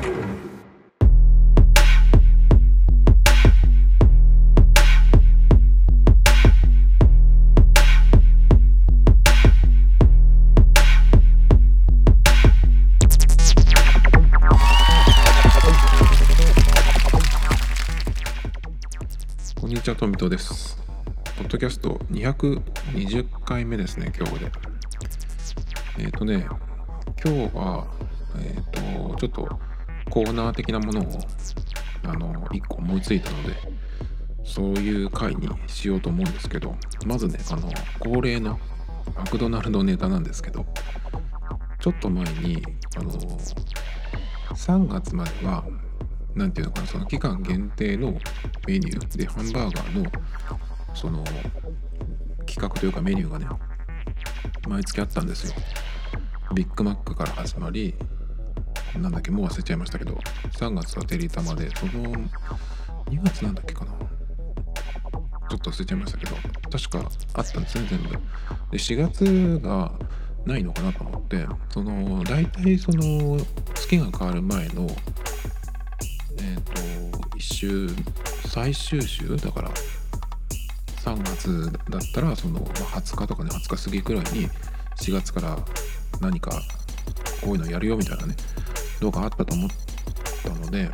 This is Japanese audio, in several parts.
こんにちは、トミトです。ポッドキャスト220回目ですね、今日で。今日は、ちょっとコーナー的なものを1個思いついたので、そういう回にしようと思うんですけど、まずね、恒例のマクドナルドネタなんですけど、ちょっと前に3月まではなんていうのかな、その期間限定のメニューでハンバーガーのその企画というかメニューがね、毎月あったんですよ。ビッグマックから始まり、なんだっけ、もう忘れちゃいましたけど、3月はてりたまで、その2月なんだっけかな、ちょっと忘れちゃいましたけど、確かあったんですね、全部で。4月がないのかなと思って、大体月が変わる前の最終週だから3月だったら20日とかね、20日過ぎくらいに4月から何かこういうのやるよみたいなね動画あったと思ったので、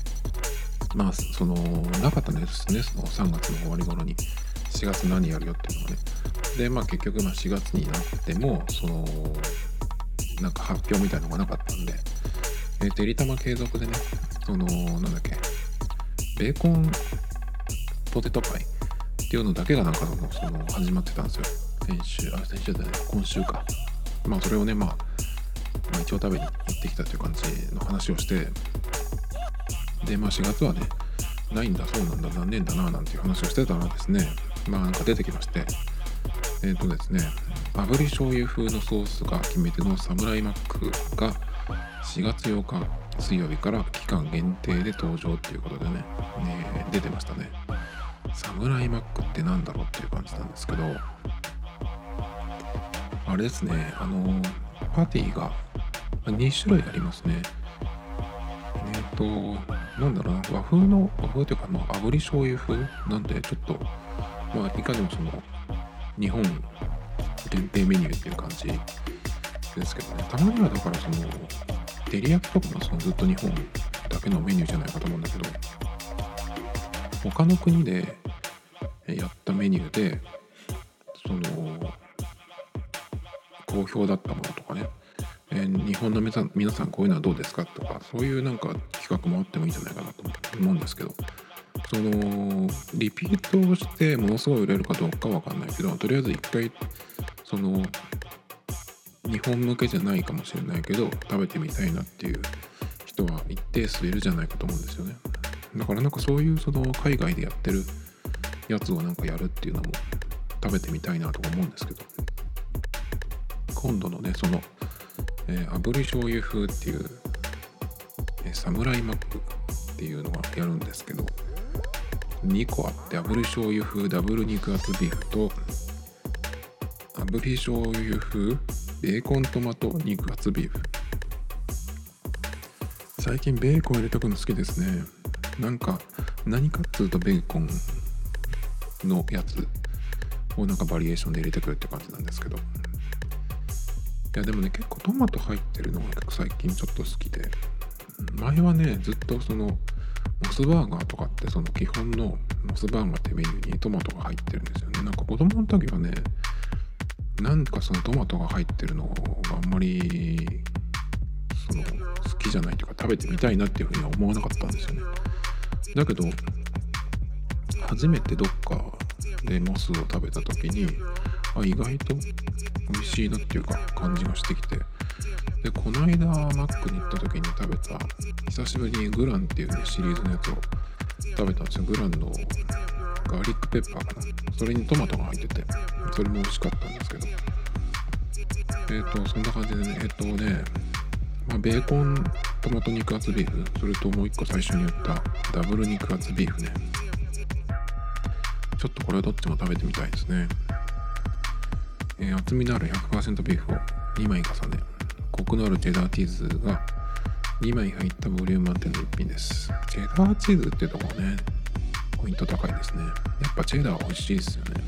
なかったんですね、その3月の終わり頃に4月何やるよっていうのがね。で結局4月になってもなんか発表みたいなのがなかったんで、てりたま継続でね、なんだっけ、ベーコンポテトパイっていうのだけがなんか始まってたんですよ。先週じゃない、今週か。それをね、一応食べに行ってきたという感じの話をして、で4月はねないんだ、そうなんだ、残念だななんていう話をしてたらですね、なんか出てきまして、ですね、炙り醤油風のソースが決め手のサムライマックが4月8日水曜日から期間限定で登場っていうことでね、出てましたね。サムライマックってなんだろうっていう感じなんですけど、あれですね、パティが2種類ありますね。なんだろうな、和風というか、炙り醤油風なんで、ちょっといかにも日本限定メニューっていう感じですけどね。たまにはだから照り焼きとかもずっと日本だけのメニューじゃないかと思うんだけど、他の国でやったメニューで好評だったものとかね、日本の皆さんこういうのはどうですかとか、そういうなんか企画もあってもいいんじゃないかなと思うんですけど、リピートをしてものすごい売れるかどうかわかんないけど、とりあえず一回日本向けじゃないかもしれないけど食べてみたいなっていう人は一定数いるじゃないかと思うんですよね。だからなんかそういう海外でやってるやつをなんかやるっていうのも食べてみたいなとか思うんですけど、今度のね炙り醤油風っていうサムライマックっていうのがやるんですけど、2個あって、炙り醤油風ダブル肉厚ビーフと炙り醤油風ベーコントマト肉厚ビーフ。最近ベーコン入れとくの好きですね。なんか何かっつうとベーコンのやつをなんかバリエーションで入れてくるって感じなんですけど、いやでもね、結構トマト入ってるのが結構最近ちょっと好きで、前はねずっとモスバーガーとかって基本のモスバーガーってメニューにトマトが入ってるんですよね。なんか子供の時はね、なんかトマトが入ってるのがあんまり好きじゃないというか、食べてみたいなっていうふうには思わなかったんですよね。だけど初めてどっかでモスを食べた時に意外と美味しいなっていうか感じがしてきて、でこの間マックに行った時に食べた、久しぶりにグランっていうねシリーズのやつを食べたんですよ。グランのガーリックペッパーかな、それにトマトが入ってて、それも美味しかったんですけど、そんな感じでね、ベーコントマト肉厚ビーフ、それともう一個最初に言ったダブル肉厚ビーフね、ちょっとこれはどっちも食べてみたいですね。厚みのある 100% ビーフを2枚重ね、コクのあるチェダーチーズが 2枚入ったボリューム満点の一品です。チェダーチーズっていうところね、ポイント高いですね。やっぱチェダー美味しいですよね。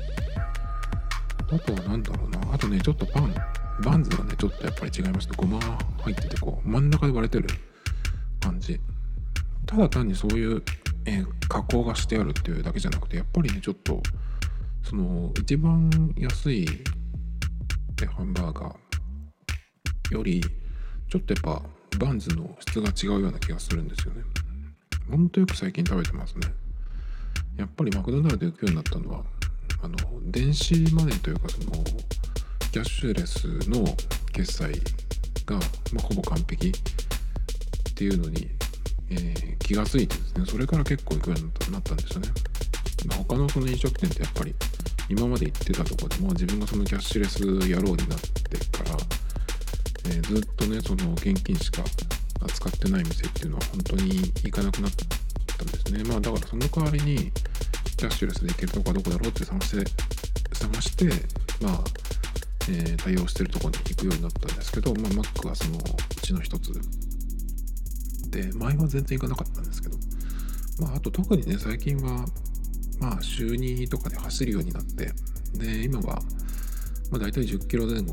あとはなんだろうな、あとね、ちょっとバンズがね、ちょっとやっぱり違いますね。ごま入ってて、こう真ん中で割れてる感じ。ただ単にそういう、加工がしてあるっていうだけじゃなくて、やっぱりね、ちょっとその一番安いハンバーガーよりちょっとやっぱバンズの質が違うような気がするんですよね。ほんとよく最近食べてますね。やっぱりマクドナルド行くようになったのは電子マネーというか、そのキャッシュレスの決済が、ほぼ完璧っていうのに、気がついてですね、それから結構行くようになったんですよね。他のその飲食店ってやっぱり今まで行ってたところでも自分がそのキャッシュレス野郎になってから、ずっとねその現金しか扱ってない店っていうのは本当に行かなくなったんですね。だからその代わりにキャッシュレスで行けるとこはどこだろうって探して対応してるところに行くようになったんですけど、マックはそのうちの一つで、前は全然行かなかったんですけど、あと特にね最近は週2とかで走るようになって、で今はだいたい10キロ前後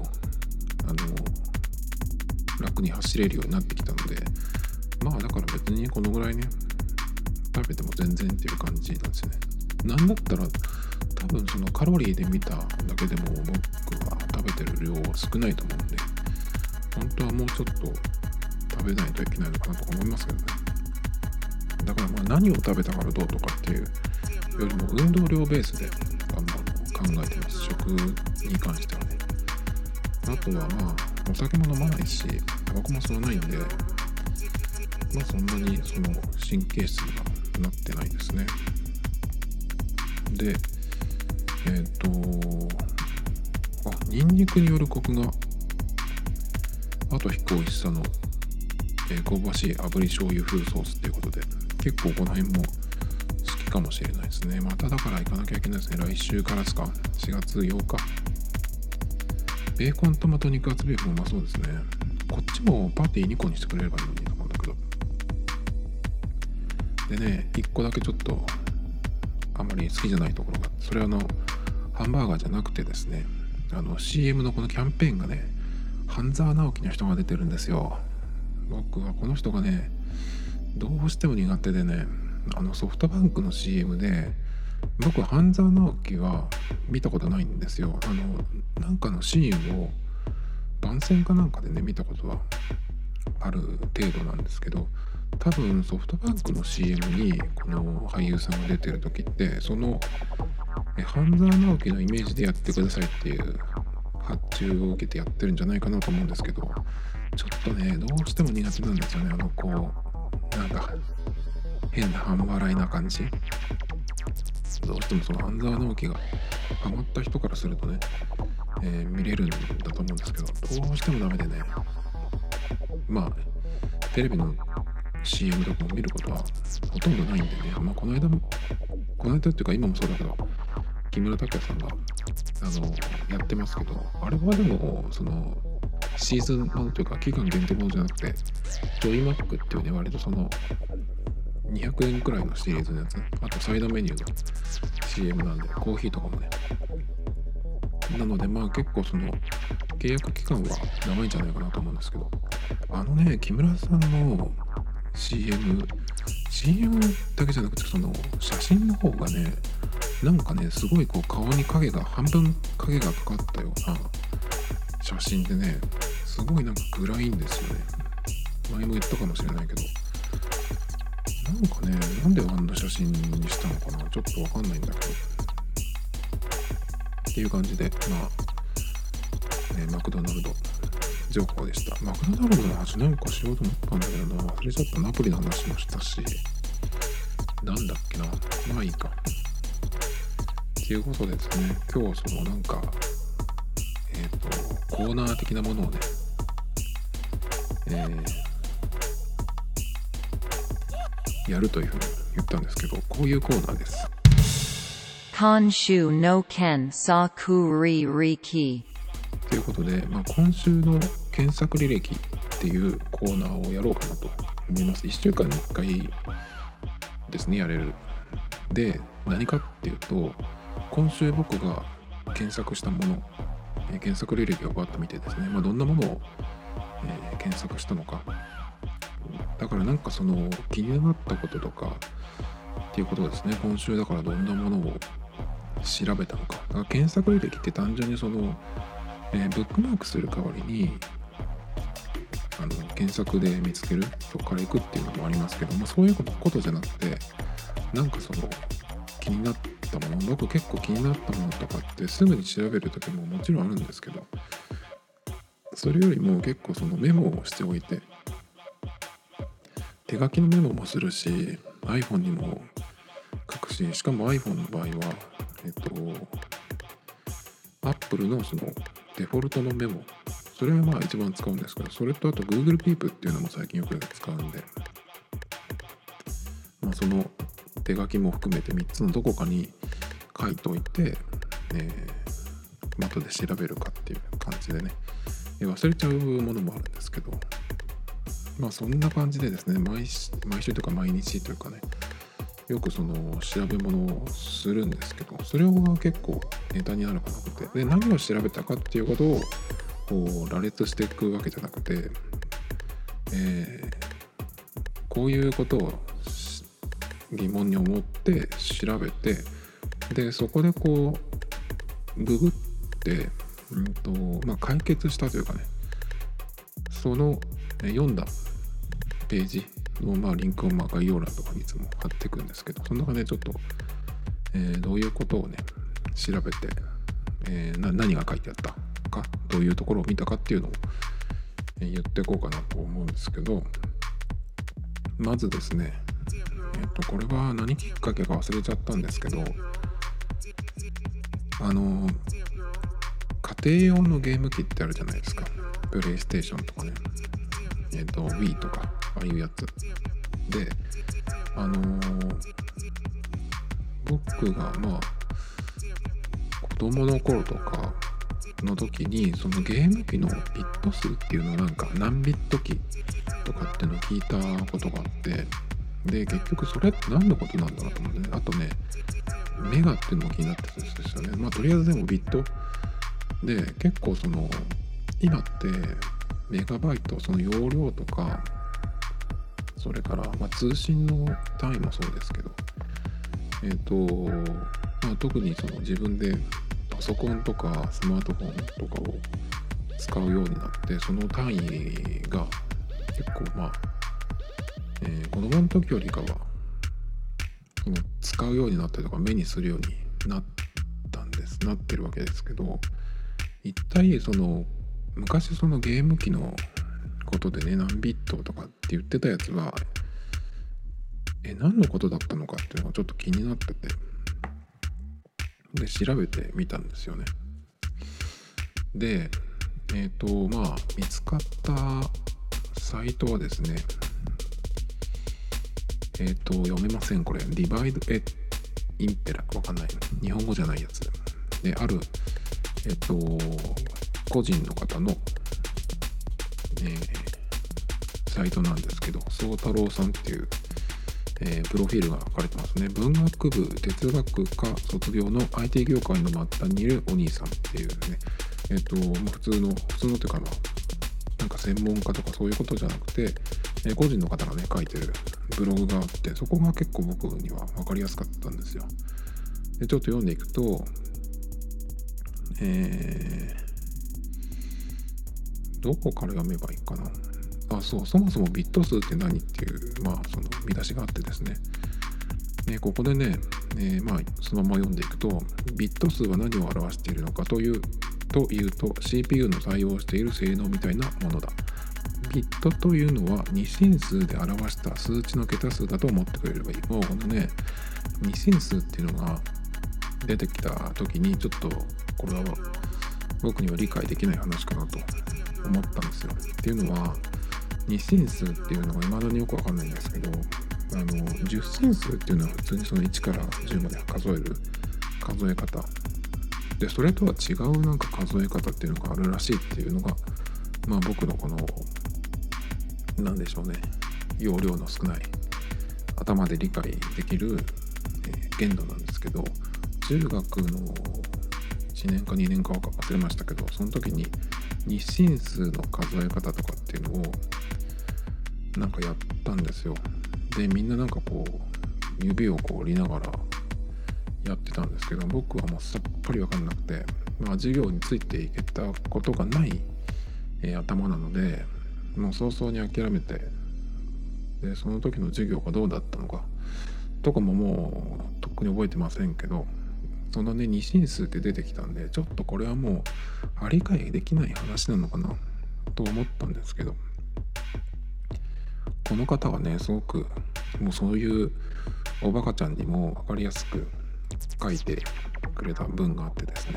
楽に走れるようになってきたので、だから別にこのぐらいね食べても全然っていう感じなんですよね。なんだったら多分そのカロリーで見ただけでも僕が食べてる量は少ないと思うんで、本当はもうちょっと食べないといけないのかなとか思いますけどね。だから何を食べたからどうとかっていうよりも運動量ベースで考えてます。食に関してはね。あとはお酒も飲まないしタバコも吸わないんで、そんなにその神経質にはなってないですね。でニンニクによるコクが後引く美味しさの、香ばしい炙り醤油風ソースっていうことで、結構この辺も好きかもしれないですね。まただから行かなきゃいけないですね。来週からですか。4月8日。ベーコントマト肉厚ビーフもうまそうですね。こっちもパティ2個にしてくれればいいのにと思うんだけど。でね、1個だけちょっとあまり好きじゃないところが、それはハンバーガーじゃなくてですね、CM のこのキャンペーンがね、半沢直樹の人が出てるんですよ。僕はこの人がね、どうしても苦手でね、ソフトバンクの CM で、僕は半沢直樹は見たことないんですよ。なんかのシーンを番宣かなんかでね見たことはある程度なんですけど、多分ソフトバンクの CM にこの俳優さんが出てる時って、その半沢直樹のイメージでやってくださいっていう発注を受けてやってるんじゃないかなと思うんですけど、ちょっとねどうしても苦手なんですよね。なんか変な半笑いな感じ。どうしてもその半沢直樹がハマった人からするとね、見れるんだと思うんですけど、どうしてもダメでね、テレビの CM とかを見ることはほとんどないんでね、この間っていうか今もそうだけど、木村拓哉さんがやってますけど、あれはでもそのシーズン1というか期間限定ものじゃなくて、ジョイマックっていうね、割とその200円くらいのシリーズのやつ、あとサイドメニューの CM なんで、コーヒーとかもね、なので結構その契約期間は長いんじゃないかなと思うんですけど、木村さんの CM だけじゃなくて、その写真の方がね、なんかねすごい顔に半分影がかかったような写真でね、すごいなんか暗いんですよね。前も言ったかもしれないけど、なんかね、なんであんな写真にしたのかな、ちょっとわかんないんだけどっていう感じで、マクドナルド情報でした。マクドナルドの話なんかしようと思ったんだけどな、忘れちゃった。ナポリの話もしたし、なんだっけな、いいかっていうことでですね、今日はそのなんかコーナー的なものをね、やるというふうに言ったんですけど、こういうコーナーです。 今週の検索履歴ということで、今週の検索履歴ってっていうコーナーをやろうかなと思います。1週間に1回ですね、やれる。で、何かっていうと、今週僕が検索したもの、検索履歴をバッと見てですね、どんなものを、検索したのか、だからなんかその気になったこととかっていうことですね。今週だからどんなものを調べたのか。だから検索履歴って単純にその、ブックマークする代わりに検索で見つける、そこから行くっていうのもありますけども、そういうことじゃなくて、なんかその気になったもの、僕結構気になったものとかってすぐに調べる時ももちろんあるんですけど、それよりも結構そのメモをしておいて、手書きのメモもするし iPhone にも書くし、しかも iPhone の場合はApple のそのデフォルトのメモ、それは一番使うんですけど、それとあと Google Keep っていうのも最近よく使うんで、その手書きも含めて3つのどこかに書いておいて、後で調べるかっていう感じでね、忘れちゃうものもあるんですけど、そんな感じでですね、毎週というか毎日というかね、よくその調べ物をするんですけど、それが結構ネタになるかなくて、で何を調べたかっていうことをこう羅列していくわけじゃなくて、こういうことを疑問に思って調べて、でそこでこうググって、解決したというかね、その読んだページのリンクを概要欄とかにいつも貼っていくんですけど、その中でちょっと、どういうことをね調べて、何が書いてあったか、どういうところを見たかっていうのを、言っていこうかなと思うんですけど、まずですね、これは何きっかけか忘れちゃったんですけど、家庭用のゲーム機ってあるじゃないですか。プレイステーションとかね、Wii とかああいうやつで、僕が子供の頃とかの時に、そのゲーム機のビット数っていうのをなんか何ビット機とかっていうのを聞いたことがあって、で結局それって何のことなんだろうと思ってね、あとねメガっていうのも気になってたんですよね。とりあえずでもビットで、結構その今ってメガバイト、その容量とか、それから通信の単位もそうですけど、特にその自分でパソコンとかスマートフォンとかを使うようになって、その単位が結構子供の時よりかは使うようになったりとか目にするようになってるわけですけど、一体その昔そのゲーム機のことでね、何ビットとかって言ってたやつは何のことだったのかっていうのがちょっと気になってて、で調べてみたんですよね。で見つかったサイトはですね、読めませんこれ。ディバイドインペラ、わかんない、日本語じゃないやつである個人の方の、サイトなんですけど、宗太郎さんっていう、プロフィールが書かれてますね。文学部哲学科卒業の IT 業界の末端にいるお兄さんっていうね、普通のというかなんか専門家とかそういうことじゃなくて、個人の方がね書いてるブログがあって、そこが結構僕には分かりやすかったんですよ。でちょっと読んでいくと、どこから読めばいいかな。そもそもビット数って何っていうその見出しがあってですね、ここでね、そのまま読んでいくと、ビット数は何を表しているのかというと CPU の対応している性能みたいなものだ。ビットというのは二進数で表した数値の桁数だと思ってくれればいい。もうこのね、二進数っていうのが出てきた時にちょっとこれは僕には理解できない話かなと思ったんですよ。っていうのは、二進数っていうのが未だによくわかんないんですけど、十進数っていうのは普通にその1から10まで数える数え方で、それとは違うなんか数え方っていうのがあるらしいっていうのが、僕のこのなんでしょうね、容量の少ない頭で理解できる、限度なんですけど、中学の1年か2年か忘れましたけど、その時に日進数の数え方とかっていうのをなんかやったんですよ。でみんななんかこう指をこう折りながらやってたんですけど、僕はもうさっぱり分かんなくて、授業についていけたことがない、頭なので、もう早々に諦めて、でその時の授業がどうだったのかとかももうとっくに覚えてませんけど、そのね二進数って出てきたんで、ちょっとこれはもう理解できない話なのかなと思ったんですけど、この方はねすごくもうそういうおバカちゃんにも分かりやすく書いてくれた文があってですね、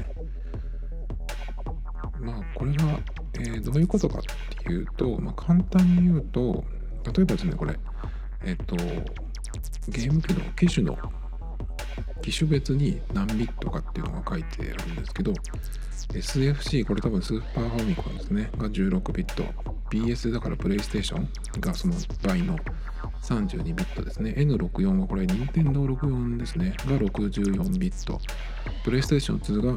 これが、どういうことかっていうと、簡単に言うと、例えばですねこれゲーム機の機種別に何ビットかっていうのが書いてあるんですけど、 SFC これ多分スーパーファミコンですねが16ビット、 PS だからプレイステーションがその倍の32ビットですね。 N64 はこれ任天堂64ですねが64ビット、プレイステーション2が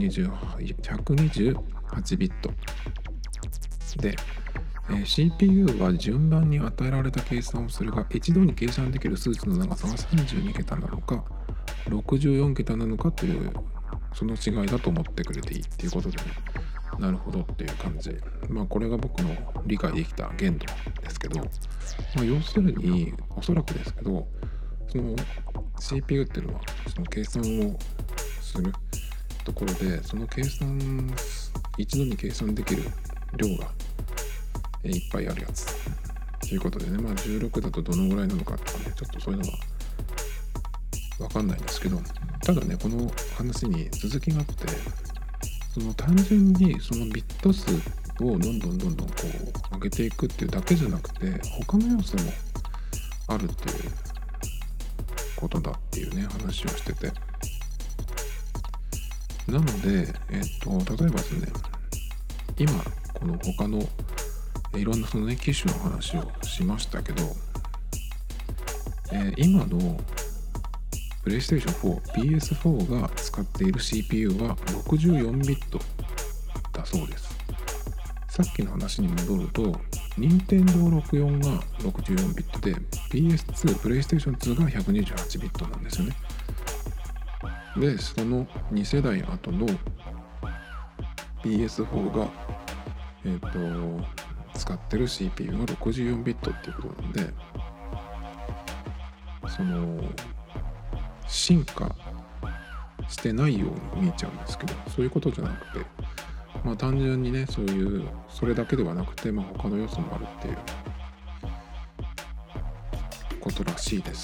128ビットで、CPU は順番に与えられた計算をするが、一度に計算できる数値の長さが32桁なのか64桁なのかというその違いだと思ってくれていいっていうことでね、なるほどっていう感じ。これが僕の理解できた限度ですけど、要するにおそらくですけど、その CPU っていうのはその計算をするところで、その一度に計算できる量がいっぱいあるやつということでね、16だとどのぐらいなのかとかね、ちょっとそういうのは分かんないんですけど、ただねこの話に続きがあって、その単純にそのビット数をどんどんこう上げていくっていうだけじゃなくて、他の要素もあるっていうことだっていうね話をしてて、なので例えばですね、今この他のいろんなそのね機種の話をしましたけど、今のプレイステーション4、PS4 が使っている CPU は64ビットだそうです。さっきの話に戻ると、任天堂64が64ビットで PS2、プレイステーション2が128ビットなんですよね。で、その2世代後の PS4 が使ってる CPU が64ビットっていうことなんで、その進化してないように見えちゃうんですけど、そういうことじゃなくて、単純にねそれだけではなくて、他の要素もあるっていうことらしいです。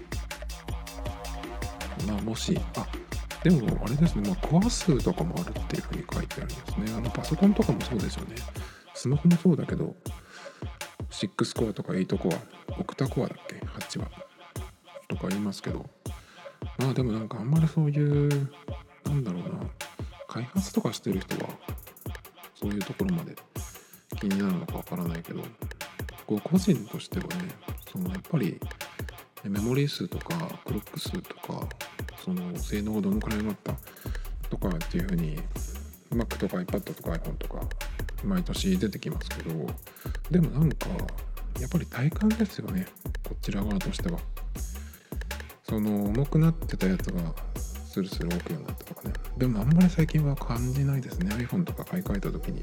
もしでもあれですね、コア数とかもあるっていうふうに書いてあるんですね。パソコンとかもそうですよね。スマホもそうだけど、6コアとか8コア、オクタコアだっけ、8はとか言いますけど、でもあんまりそういう開発とかしてる人はそういうところまで気になるのかわからないけど、個人としてはね、やっぱりメモリー数とかクロック数とか、その性能がどのくらいになったとかっていうふうに Mac とか iPad とか iPhone とか毎年出てきますけど、でもやっぱり体感ですよね、こちら側としては。重くなってたやつがスルスル動くようになったとかね。でもあんまり最近は感じないですね。 iPhone とか買い替えた時に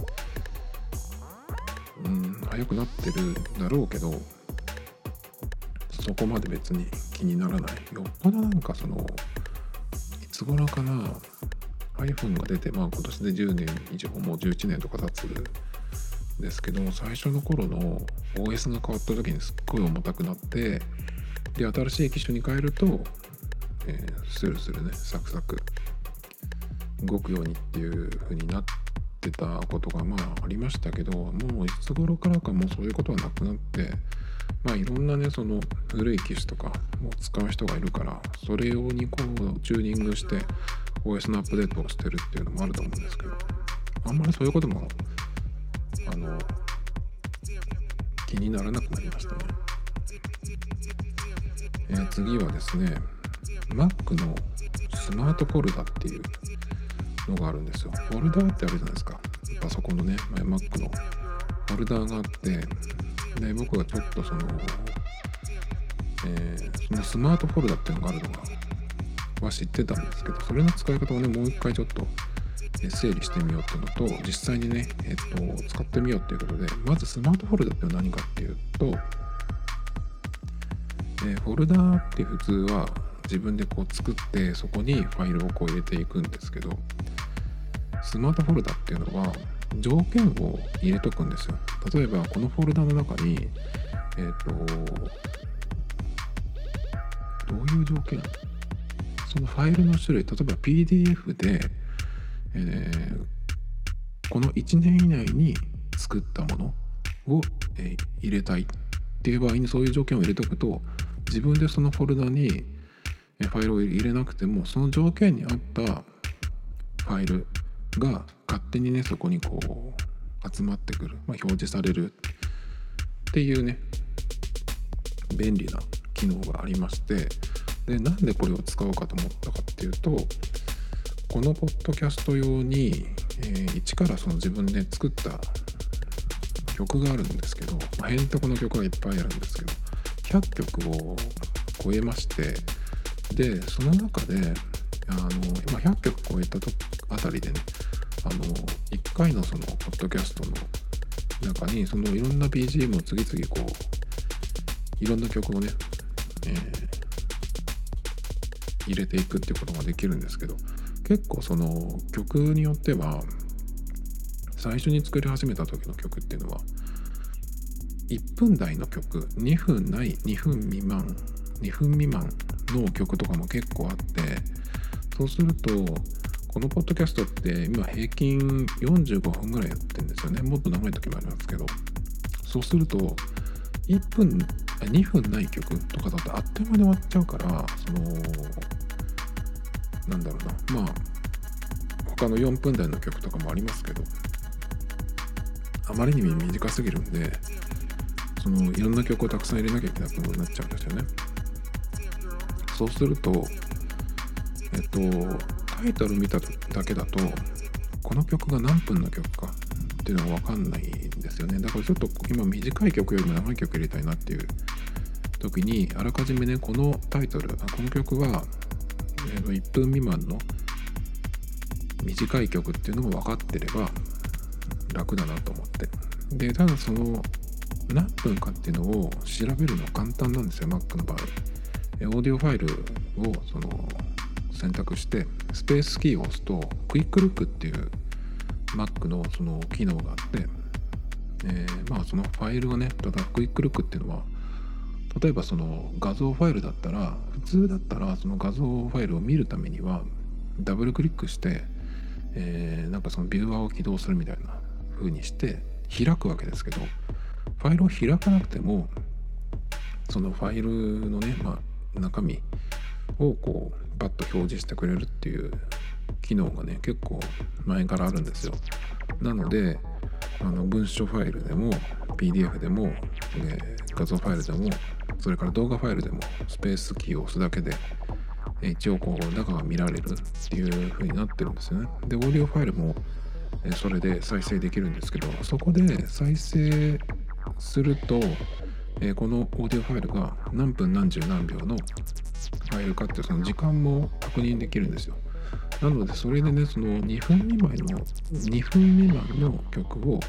速くなってるだろうけど、そこまで別に気にならない。よっぽどいつ頃かな iPhone が出て、今年で10年以上、もう11年とか経つですけど、最初の頃の OS が変わった時にすっごい重たくなって、で新しい機種に変えると、スルスルねサクサク動くようにっていう風になってたことがありましたけど、もういつ頃からかもうそういうことはなくなって、いろんなね古い機種とかも使う人がいるから、それ用にチューニングして OS のアップデートをしてるっていうのもあると思うんですけど、あんまりそういうことも気にならなくなりましたね。次はですね Mac のスマートフォルダっていうのがあるんですよ。フォルダーってあるじゃないですか、パソコンのね Mac のフォルダーがあって、で僕がちょっとそのスマートフォルダっていうのがあるのは知ってたんですけど、それの使い方をねもう一回ちょっと整理してみようっていうのと、実際にね、使ってみようっていうことで、まずスマートフォルダって何かっていうと、フォルダーって普通は自分でこう作ってそこにファイルをこう入れていくんですけど、スマートフォルダっていうのは条件を入れとくんですよ。例えばこのフォルダの中にどういう条件、そのファイルの種類、例えば PDF で、この1年以内に作ったものを、入れたいっていう場合にそういう条件を入れておくと、自分でそのフォルダにファイルを入れなくてもその条件に合ったファイルが勝手にねそこにこう集まってくる、表示されるっていうね便利な機能がありまして、でなんでこれを使おうかと思ったかっていうと、このポッドキャスト用に、一からその自分で作った曲があるんですけど、へんてこの曲がいっぱいあるんですけど100曲を超えまして、でその中で今100曲超えたあたりでね1回のそのポッドキャストの中にそのいろんな BGM を次々こういろんな曲をね、入れていくっていうことができるんですけど、結構その曲によっては最初に作り始めた時の曲っていうのは1分台の曲、2分ない2分未満の曲とかも結構あって、そうするとこのポッドキャストって今平均45分ぐらいやってるんですよね。もっと長い時もありますけど、そうすると2分ない曲とかだとあっという間に終わっちゃうから、なんだろうな、他の4分台の曲とかもありますけど、あまりに短すぎるんでいろんな曲をたくさん入れなきゃいけなくなっちゃうんですよね。そうするとタイトル見ただけだとこの曲が何分の曲かっていうのが分かんないんですよね。だからちょっと今短い曲よりも長い曲入れたいなっていう時に、あらかじめねこのタイトル、この曲は1分未満の短い曲っていうのも分かってれば楽だなと思って、でただその何分かっていうのを調べるの簡単なんですよ。 Mac の場合オーディオファイルを選択してスペースキーを押すとクイックルックっていう Mac のその機能があって、そのファイルがね、ただクイックルックっていうのは例えばその画像ファイルだったら、普通だったらその画像ファイルを見るためにはダブルクリックして、なんかそのビューアーを起動するみたいな風にして開くわけですけど、ファイルを開かなくてもそのファイルのね、中身をこうパッと表示してくれるっていう機能がね結構前からあるんですよ。なので文書ファイルでも PDF でも、画像ファイルでもそれから動画ファイルでもスペースキーを押すだけで一応こう中が見られるっていう風になってるんですよね。でオーディオファイルもそれで再生できるんですけど、そこで再生するとこのオーディオファイルが何分何十何秒のファイルかっていうその時間も確認できるんですよ。なのでそれでねその2分未満の曲を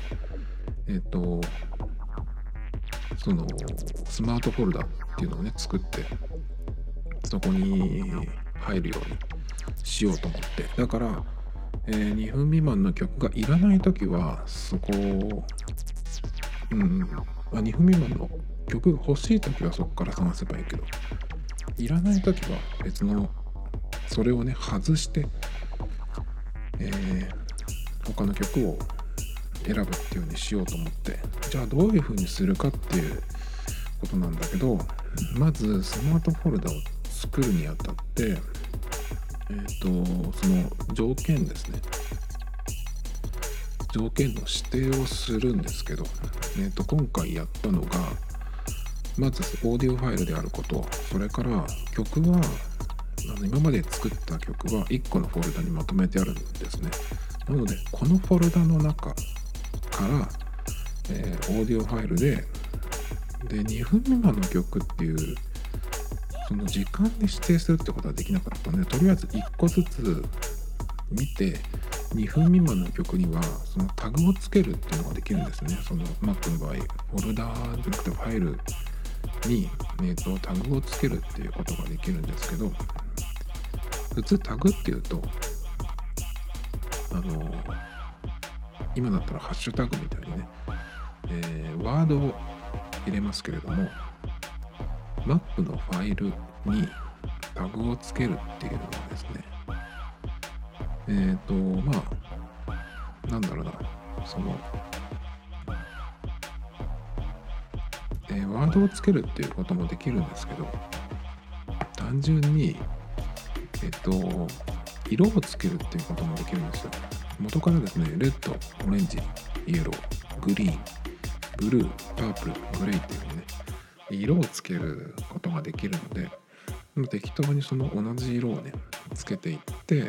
そのスマートフォルダっていうのをね作ってそこに入るようにしようと思って、だから、2分未満の曲がいらないときはそこを、2分未満の曲が欲しいときはそこから探せばいいけど、いらないときは別のそれをね外して、他の曲を選ぶっていう風にしようと思って、じゃあどういう風にするかっていうことなんだけど、まずスマートフォルダを作るにあたってその条件ですね。 条件の指定をするんですけど、今回やったのがまずオーディオファイルであること、それから曲は今まで作った曲は1個のフォルダにまとめてあるんですね。なのでこのフォルダの中から、オーディオファイルで2分未満の曲っていうその時間で指定するってことはできなかったので、とりあえず1個ずつ見て2分未満の曲にはそのタグをつけるっていうのができるんですね。その Mac の場合フォルダじゃなくてファイルに、タグをつけるっていうことができるんですけど、普通タグっていうと今だったらハッシュタグみたいにね、ワードを入れますけれども、 Mac のファイルにタグをつけるっていうのはですね、なんだろうな、その、ワードをつけるっていうこともできるんですけど、単純に色をつけるっていうこともできるんですよ。元からですね、レッド、オレンジ、イエロー、グリーン、ブルー、パープル、グレーっていうね、色をつけることができるので、適当にその同じ色をねつけていって、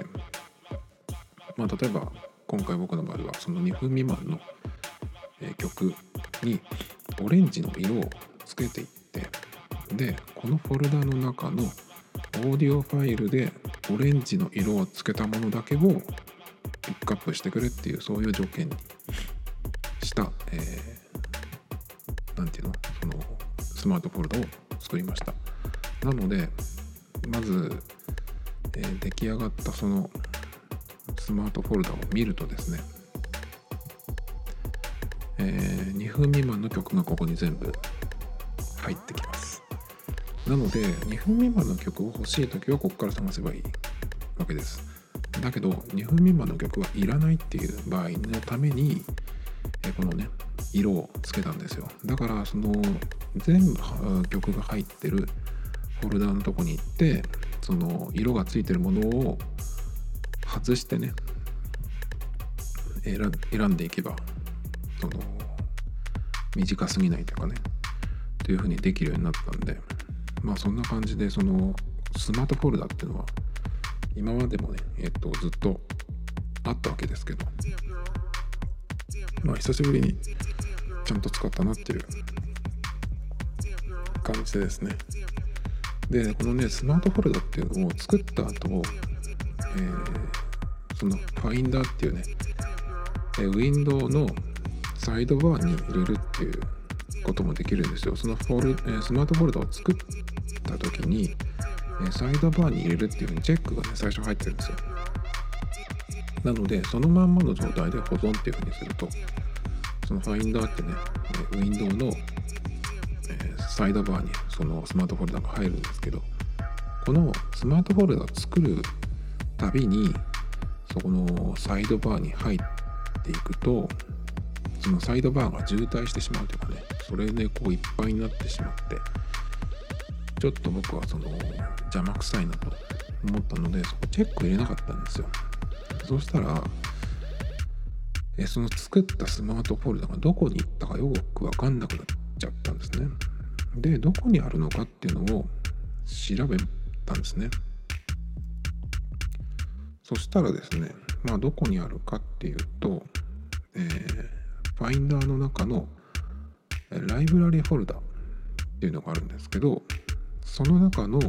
例えば今回僕の場合はその2分未満の曲にオレンジの色をつけていって、でこのフォルダの中のオーディオファイルでオレンジの色をつけたものだけをピックアップしてくれっていう、そういう条件にした、なんていうの、そのスマートフォルダを作りました。なのでまず、出来上がったそのスマートフォルダを見るとですね、2分未満の曲がここに全部入ってきます。なので2分未満の曲を欲しいときはここから探せばいいわけです。だけど2分未満の曲はいらないっていう場合のために、このね色をつけたんですよ。だからその全部曲が入ってるフォルダのとこに行って、その色がついてるものを外してね選んでいけば、その短すぎないというかねっていう風にできるようになったんで、そんな感じでそのスマートフォルダっていうのは今までもね、ずっとあったわけですけど、久しぶりにちゃんと使ったなっていう感じでですね。でこのねスマートフォルダっていうのを作った後、そのファインダーっていうね、ウィンドウのサイドバーに入れるっていうこともできるんですよ。そのスマートフォルダを作った時にサイドバーに入れるっていうふうにチェックがね最初入ってるんですよ。なのでそのまんまの状態で保存っていうふうにすると、そのファインダーってねウィンドウのサイドバーにそのスマートフォルダが入るんですけど、このスマートフォルダを作るたびにそこのサイドバーに入っていくと、そのサイドバーが渋滞してしまうというかね、それでこういっぱいになってしまって、ちょっと僕はその邪魔くさいなと思ったので、そこチェック入れなかったんですよ。そうしたらその作ったスマートフォルダがどこに行ったかよく分かんなくなっちゃったんですね。でどこにあるのかっていうのを調べたんですね。そしたらですね、どこにあるかっていうと、ファインダーの中のライブラリフォルダっていうのがあるんですけど、その中の、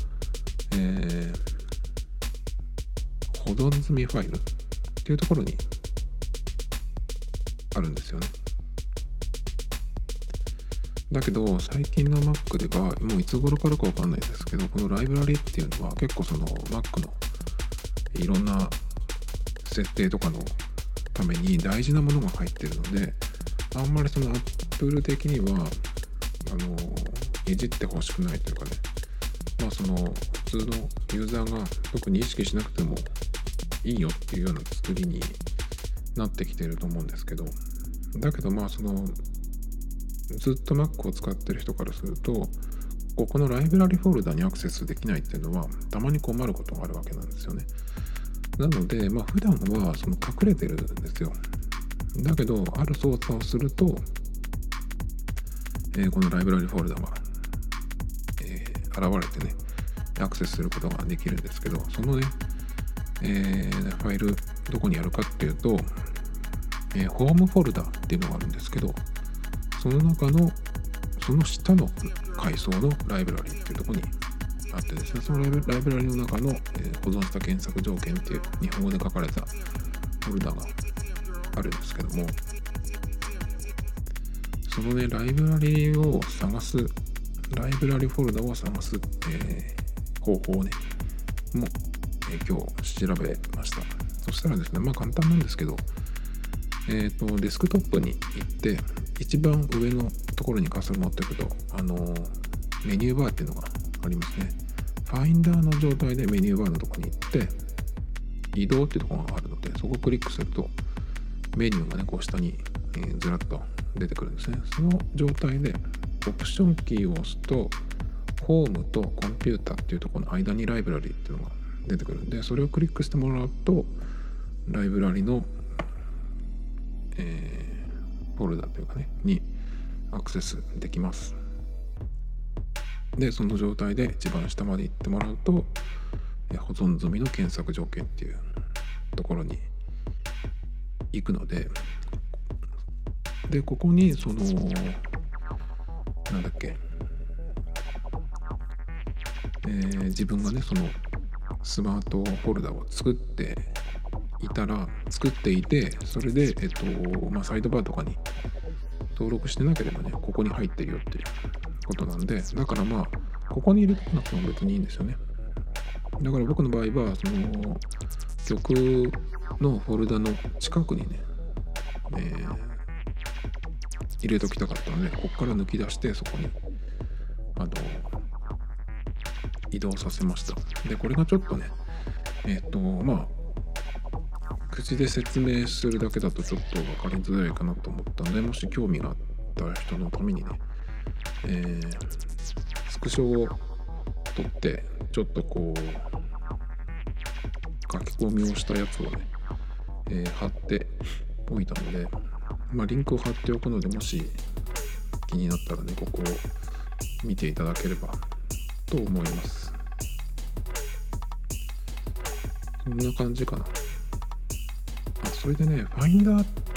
保存済みファイルっていうところにあるんですよね。だけど最近の Mac ではもういつ頃からかわかんないですけど、このライブラリっていうのは結構その Mac のいろんな設定とかのために大事なものが入ってるので、あんまりその Apple 的にはいじってほしくないというかね、その普通のユーザーが特に意識しなくてもいいよっていうような作りになってきてると思うんですけど、だけどそのずっと Mac を使ってる人からすると、ここのライブラリフォルダにアクセスできないっていうのはたまに困ることがあるわけなんですよね。なので普段はその隠れてるんですよ。 だけどある操作をすると、このライブラリフォルダが、現れてねアクセスすることができるんですけど、そのね、ファイルどこにあるかっていうと、ホームフォルダっていうのがあるんですけど、その中のその下の階層のライブラリっていうところにあってですね、そのライブラリの中の、保存した検索条件っていう日本語で書かれたフォルダがあるんですけども、そのねライブラリを探す、ライブラリフォルダを探す、方法をねも、今日調べました。そしたらですね、簡単なんですけど、デスクトップに行って一番上のところにカーソル持っていくと、メニューバーっていうのがありますね。ファインダーの状態でメニューバーのところに行って移動っていうところがあるので、そこをクリックするとメニューがねこう下に、ずらっと出てくるんですね。その状態でオプションキーを押すとホームとコンピューターっていうところの間にライブラリっていうのが出てくるんで、それをクリックしてもらうとライブラリの、フォルダというかねにアクセスできます。でその状態で一番下まで行ってもらうと、保存済みの検索条件っていうところに行くので、ここにそのなんだっけ、自分がねそのスマートフォルダを作っていて、それでサイドバーとかに登録してなければねここに入ってるよっていうことなんで、だからここに入れておかなくても別にいいんですよね。だから僕の場合はその曲のフォルダの近くにね、入れときたかったので、ここから抜き出してそこに移動させました。でこれがちょっとね口で説明するだけだとちょっと分かりづらいかなと思ったので、もし興味があった人のためにね、スクショを撮ってちょっとこう書き込みをしたやつをね、貼っておいたので、リンクを貼っておくので、もし気になったらねここを見ていただければと思います。そんな感じかな。それでねファインダ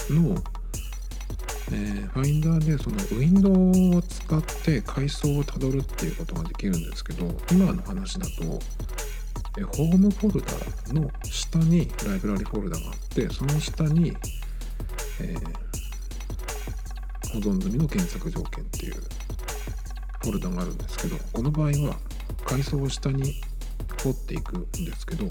ーでそのウィンドウを使って階層をたどるっていうことができるんですけど、今の話だとホームフォルダの下にライブラリフォルダがあって、その下に、保存済みの検索条件っていうフォルダがあるんですけど、この場合は階層を下に掘っていくんですけど、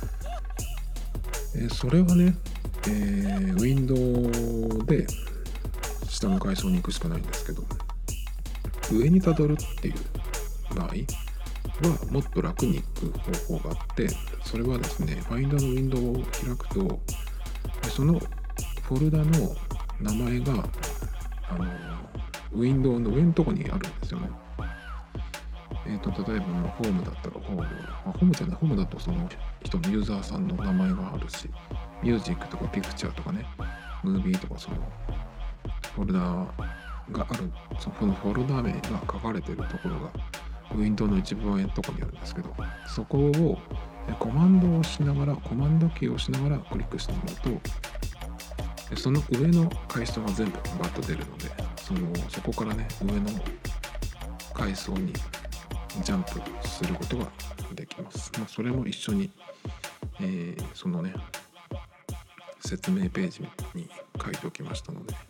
それはね、ウィンドウで下の階層に行くしかないんですけど、上にたどるっていう場合はもっと楽に行く方法があって、それはですねファインダーのウィンドウを開くと、そのフォルダの名前がウィンドウの上のとこにあるんですよね。例えばホームだったらホームだとその人のユーザーさんの名前があるし、ミュージックとかピクチャーとかね、ムービーとかそのフォルダがある、そのフォルダ名が書かれているところがウィンドウの一番上のところにあるんですけど、そこをコマンドキーをしながらクリックしてもらうと、その上の階層が全部バッと出るので、そこからね上の階層にジャンプすることができます。それも一緒に、そのね説明ページに書いておきましたので、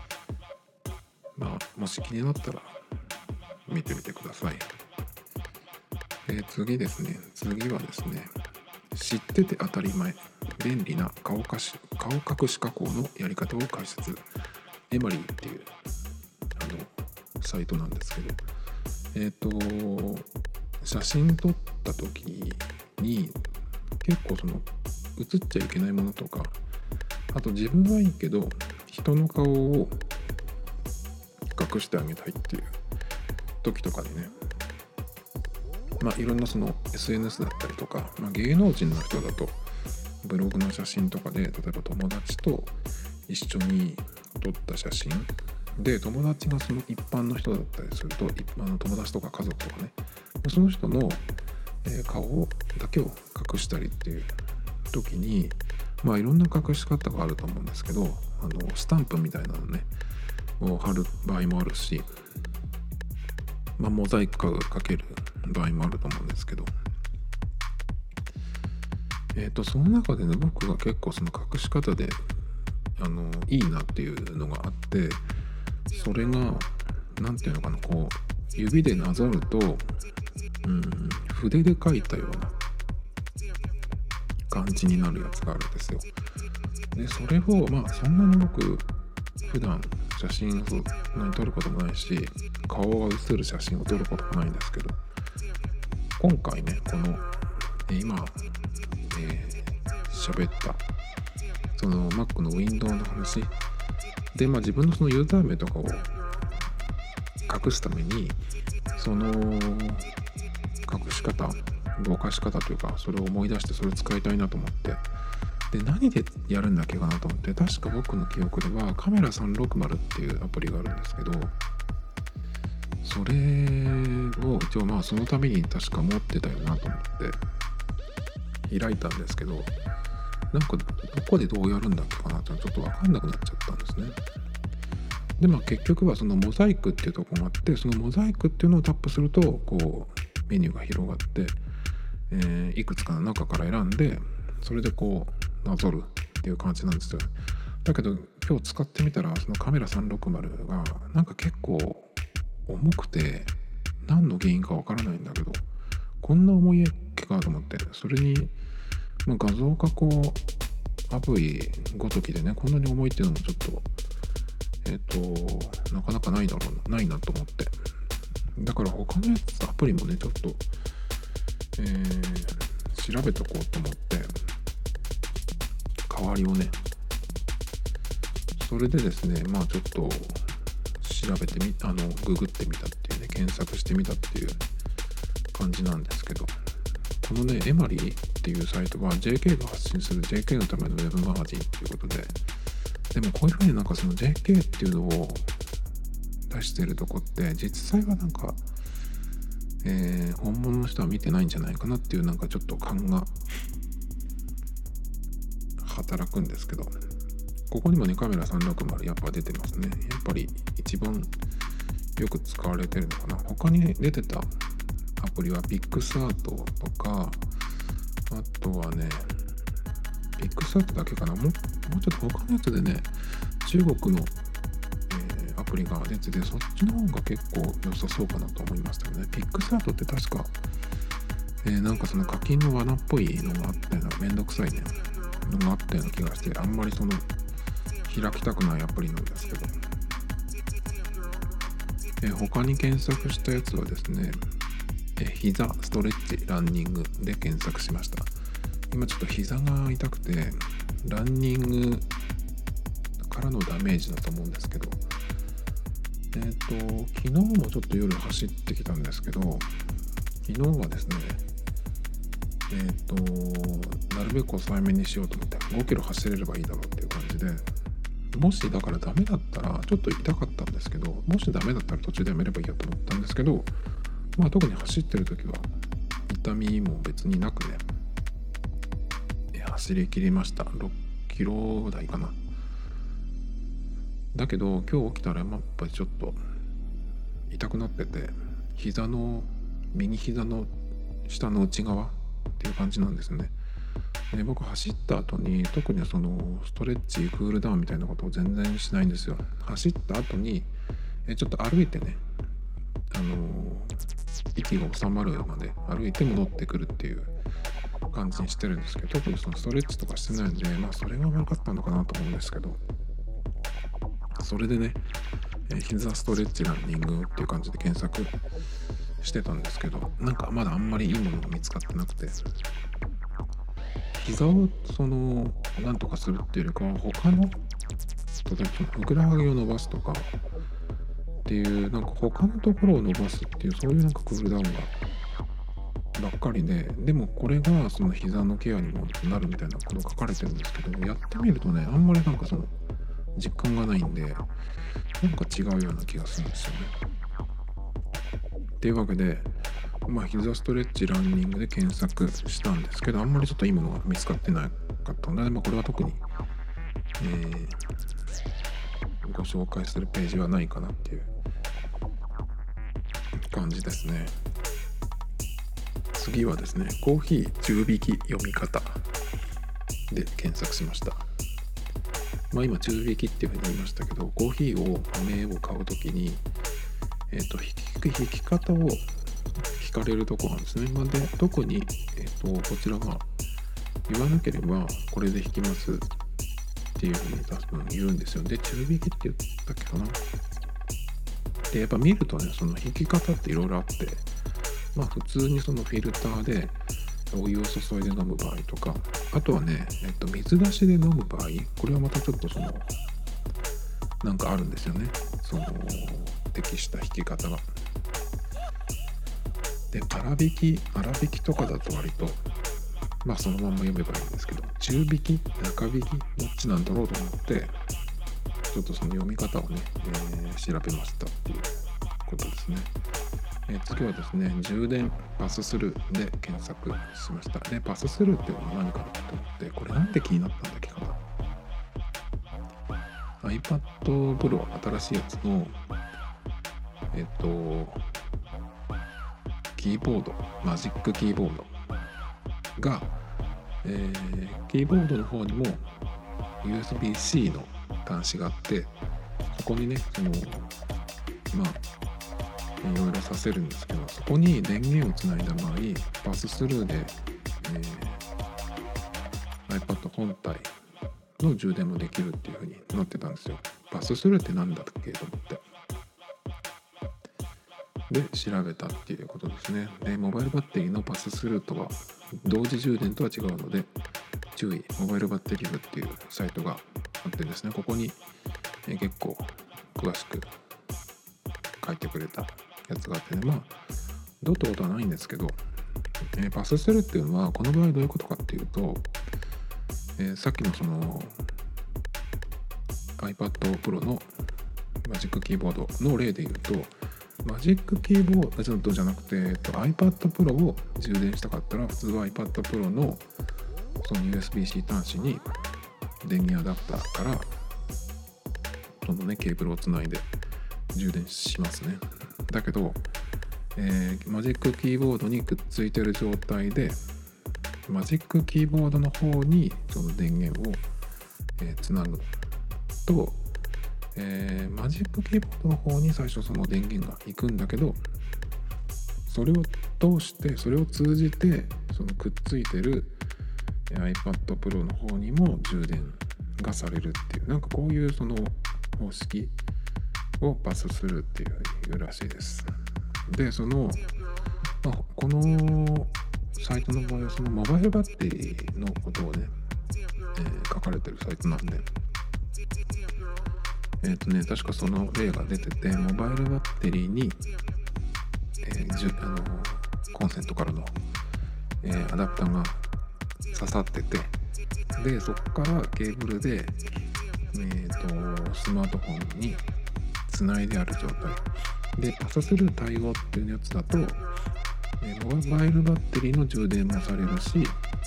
もし気になったら見てみてください。次はですね、知ってて当たり前便利な顔隠し加工のやり方を解説、エマリーっていうサイトなんですけど、写真撮った時に結構その写っちゃいけないものとか、あと自分はいいけど人の顔を隠してあげたいっていう時とかにね、いろんなその SNS だったりとか、芸能人の人だとブログの写真とかで、例えば友達と一緒に撮った写真で、友達がその一般の人だったりすると、一般の友達とか家族とかね、その人の顔だけを隠したりっていう時に、いろんな隠し方があると思うんですけど、スタンプみたいなのねを貼る場合もあるし、モザイクかける場合もあると思うんですけど、その中でね、僕が結構その隠し方でいいなっていうのがあって、それがなんていうのかな、こう指でなぞると、筆で描いたような感じになるやつがあるんですよ。でそれをそんなに僕普段写真をそんなに撮ることもないし、顔が写る写真を撮ることもないんですけど、今回ねこの今喋ったその Mac のウィンドウの話で、自分のそのユーザー名とかを隠すために、その隠し方、ぼかし方というか、それを思い出してそれを使いたいなと思って、で何でやるんだっけかなと思って、確か僕の記憶ではカメラ360っていうアプリがあるんですけど、それを一応そのために確か持ってたよなと思って開いたんですけど、なんかどこでどうやるんだっけかなってちょっと分かんなくなっちゃったんですね。で結局はそのモザイクっていうところがあって、そのモザイクっていうのをタップするとこうメニューが広がって、いくつかの中から選んで、それでこうなぞるっていう感じなんですよ。だけど今日使ってみたら、そのカメラ360がなんか結構重くて、何の原因かわからないんだけど、こんな重いっけかと思って、それに画像加工アプリごときでね、こんなに重いっていうのもちょっとなかなかないなと思って、だから他のやつアプリもねちょっと、調べとこうと思って、代わりをね、それでですね、ちょっと調べてググってみたっていうね、検索してみたっていう感じなんですけど、このねエマリーっていうサイトは JK が発信する JK のためのウェブマガジンということで、でもこういうふうにその JK っていうのを出してるとこって実際は本物の人は見てないんじゃないかなっていう、ちょっと勘が働くんですけど、ここにもねカメラ360やっぱ出てますね。やっぱり一番よく使われてるのかな。他に出てたアプリはピクサートとか、あとはねピクサートだけかな、もうちょっと他のやつでね中国の、アプリが出てて、そっちの方が結構良さそうかなと思いましたよね。ピクサートって確か、その課金の罠っぽいのがあったような、めんどくさいねのがあったような気がして、あんまり開きたくないアプリなんですけど、他に検索したやつはですね、膝ストレッチランニングで検索しました。今ちょっと膝が痛くて、ランニングからのダメージだと思うんですけど、昨日もちょっと夜走ってきたんですけど、昨日はですねなるべく抑えめにしようと思って5キロ走れればいいだろうっていう感じで、もしだからダメだったら、ちょっと痛かったんですけど、もしダメだったら途中でやめればいいやと思ったんですけど、特に走ってる時は痛みも別になくね、走り切りました。6キロ台かな。だけど今日起きたらやっぱりちょっと痛くなってて、右膝の下の内側っていう感じなんですね。で僕走った後に特にそのストレッチクールダウンみたいなことを全然しないんですよ。走った後にちょっと歩いてね、息が収まるまで歩いて戻ってくるっていう感じにしてるんですけど、特にそのストレッチとかしてないんで、それが悪かったのかなと思うんですけど、それでね、膝ストレッチランニングっていう感じで検索してたんですけど、まだあんまりいいものが見つかってなくて、膝をなんとかするっていうよりかは、他の例えばふくらはぎを伸ばすとかっていう、他のところを伸ばすっていう、そういうクールダウンがばっかりで、でもこれがその膝のケアにもなるみたいなこと書かれてるんですけど、やってみるとね、あんまり実感がないんで、なんか違うような気がするんですよね。っていうわけで、膝ストレッチランニングで検索したんですけど、あんまりちょっといいものが見つかってなかったので、これは特に、ご紹介するページはないかなっていう感じですね。次はですね、コーヒー中引き読み方で検索しました。今中引きっていうふうに言いましたけど、コーヒーを豆を買うときに、引き方を聞かれるところなんですね。で特に、こちらが言わなければこれで引きますっていうふうに多分言うんですよ。で中引きって言ったっけかな。でやっぱ見るとね、その引き方っていろいろあって、普通にそのフィルターでお湯を注いで飲む場合とか、あとはね、水出しで飲む場合、これはまたちょっとなんかあるんですよね、その適した引き方が。で粗挽きとかだと割とそのまま読めばいいんですけど、中引き中引きどっちなんだろうと思って、ちょっとその読み方をね、調べましたっていうことですね。次はですね、充電パススルーで検索しました。でパススルーっていうのは何かなと思って、これなんで気になったんだっけかな。 iPad Pro 新しいやつのキーボード、マジックキーボードが、キーボードの方にも USB-C の端子があって、そこにね、いろいろさせるんですけど、そこに電源をつないだ場合、パススルーで、iPad 本体の充電もできるっていう風になってたんですよ。パススルーってなんだっけと思って、で調べたっていうことですね。でモバイルバッテリーのパススルーとは同時充電とは違うので注意、モバイルバッテリー部っていうサイトがあってですね、ここに、結構詳しく書いてくれたやつがあってね、どうってことはないんですけど、パススルーっていうのはこの場合どういうことかっていうと、さっきのその iPad Pro のマジックキーボードの例で言うと、マジックキーボードじゃなくて、iPad Pro を充電したかったら、普通は iPad Pro のその USB-C 端子に電源アダプターからそのねケーブルをつないで充電しますね。だけど、マジックキーボードにくっついてる状態でマジックキーボードの方にその電源を、つなぐと、マジックキーボードの方に最初その電源が行くんだけど、それを通じてそのくっついてる iPad Pro の方にも充電がされるっていう、なんかこういうその方式をパスするっていうふうに言うらしいです。でこのサイトの場合はそのモバイルバッテリーのことをね、書かれてるサイトなんで、確かその例が出てて、モバイルバッテリーに、コンセントからの、アダプターが刺さってて、でそこからケーブルで、スマートフォンにつないである状態で、パススルー対応っていうやつだと、モバイルバッテリーの充電もされるし、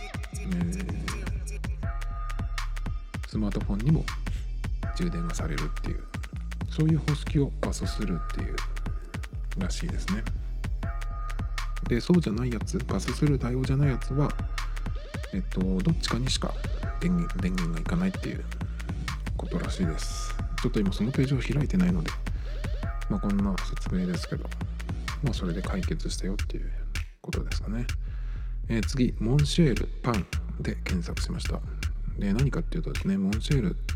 スマートフォンにも充電がされるっていう、そういう方式をパスするっていうらしいですね。でそうじゃないやつ、パスする対応じゃないやつは、どっちかにしか電源がいかないっていうことらしいです。ちょっと今そのページを開いてないので、こんな説明ですけど、それで解決したよっていうことですかね。次、モンシェールパンで検索しました。で何かっていうとですね、モンシェール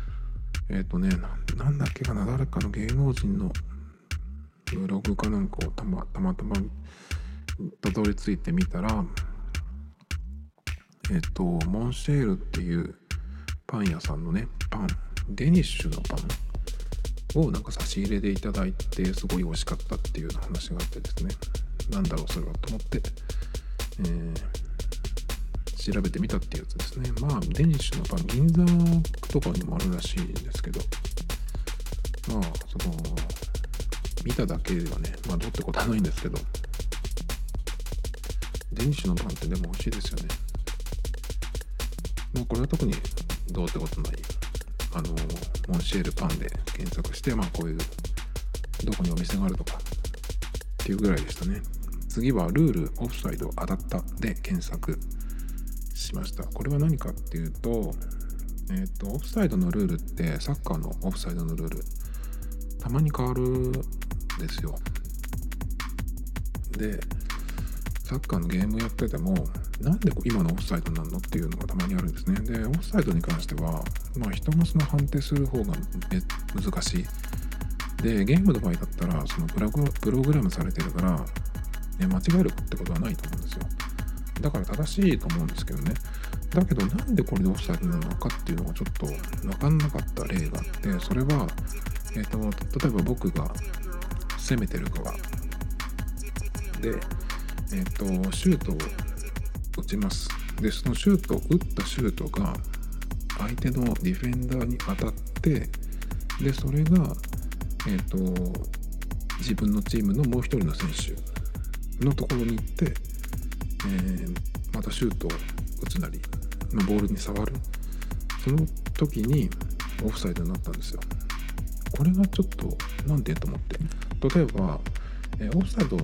なんだっけかな、誰かの芸能人のブログかなんかをたまたまたどり着いてみたら、モンシェールっていうパン屋さんのね、デニッシュのパンをなんか差し入れでいただいて、すごい美味しかったっていう話があってですね、なんだろうそれはと思って、 調べてみたっていうやつですね。まあデニッシュのパン銀座とかにもあるらしいんですけど、まあ見ただけではね、まあどうってことはないんですけど、デニッシュのパンってでも美味しいですよね。まあこれは特にどうってことない、モンシェールパンで検索して、まあこういうどこにお店があるとかっていうぐらいでしたね。次はルールオフサイド当たったで検索しました。これは何かっていうと、オフサイドのルールってサッカーのオフサイドのルールたまに変わるんですよ。でサッカーのゲームやっててもなんで今のオフサイドなのっていうのがたまにあるんですね。でオフサイドに関してはまあ人がその判定する方が難しい。でゲームの場合だったらそのプログラムされてるから間違えるってことはないと思うんですよ。だから正しいと思うんですけどね。だけどなんでこれでオフサイドなのかっていうのがちょっと分かんなかった例があって、それは、例えば僕が攻めてる側で、シュートを打ちます。でそのシュートを打ったシュートが相手のディフェンダーに当たって、でそれが、自分のチームのもう一人の選手のところに行って、またシュートを打つなり、ボールに触る、その時にオフサイドになったんですよ。これがちょっとなんてと思って、例えば、オフサイド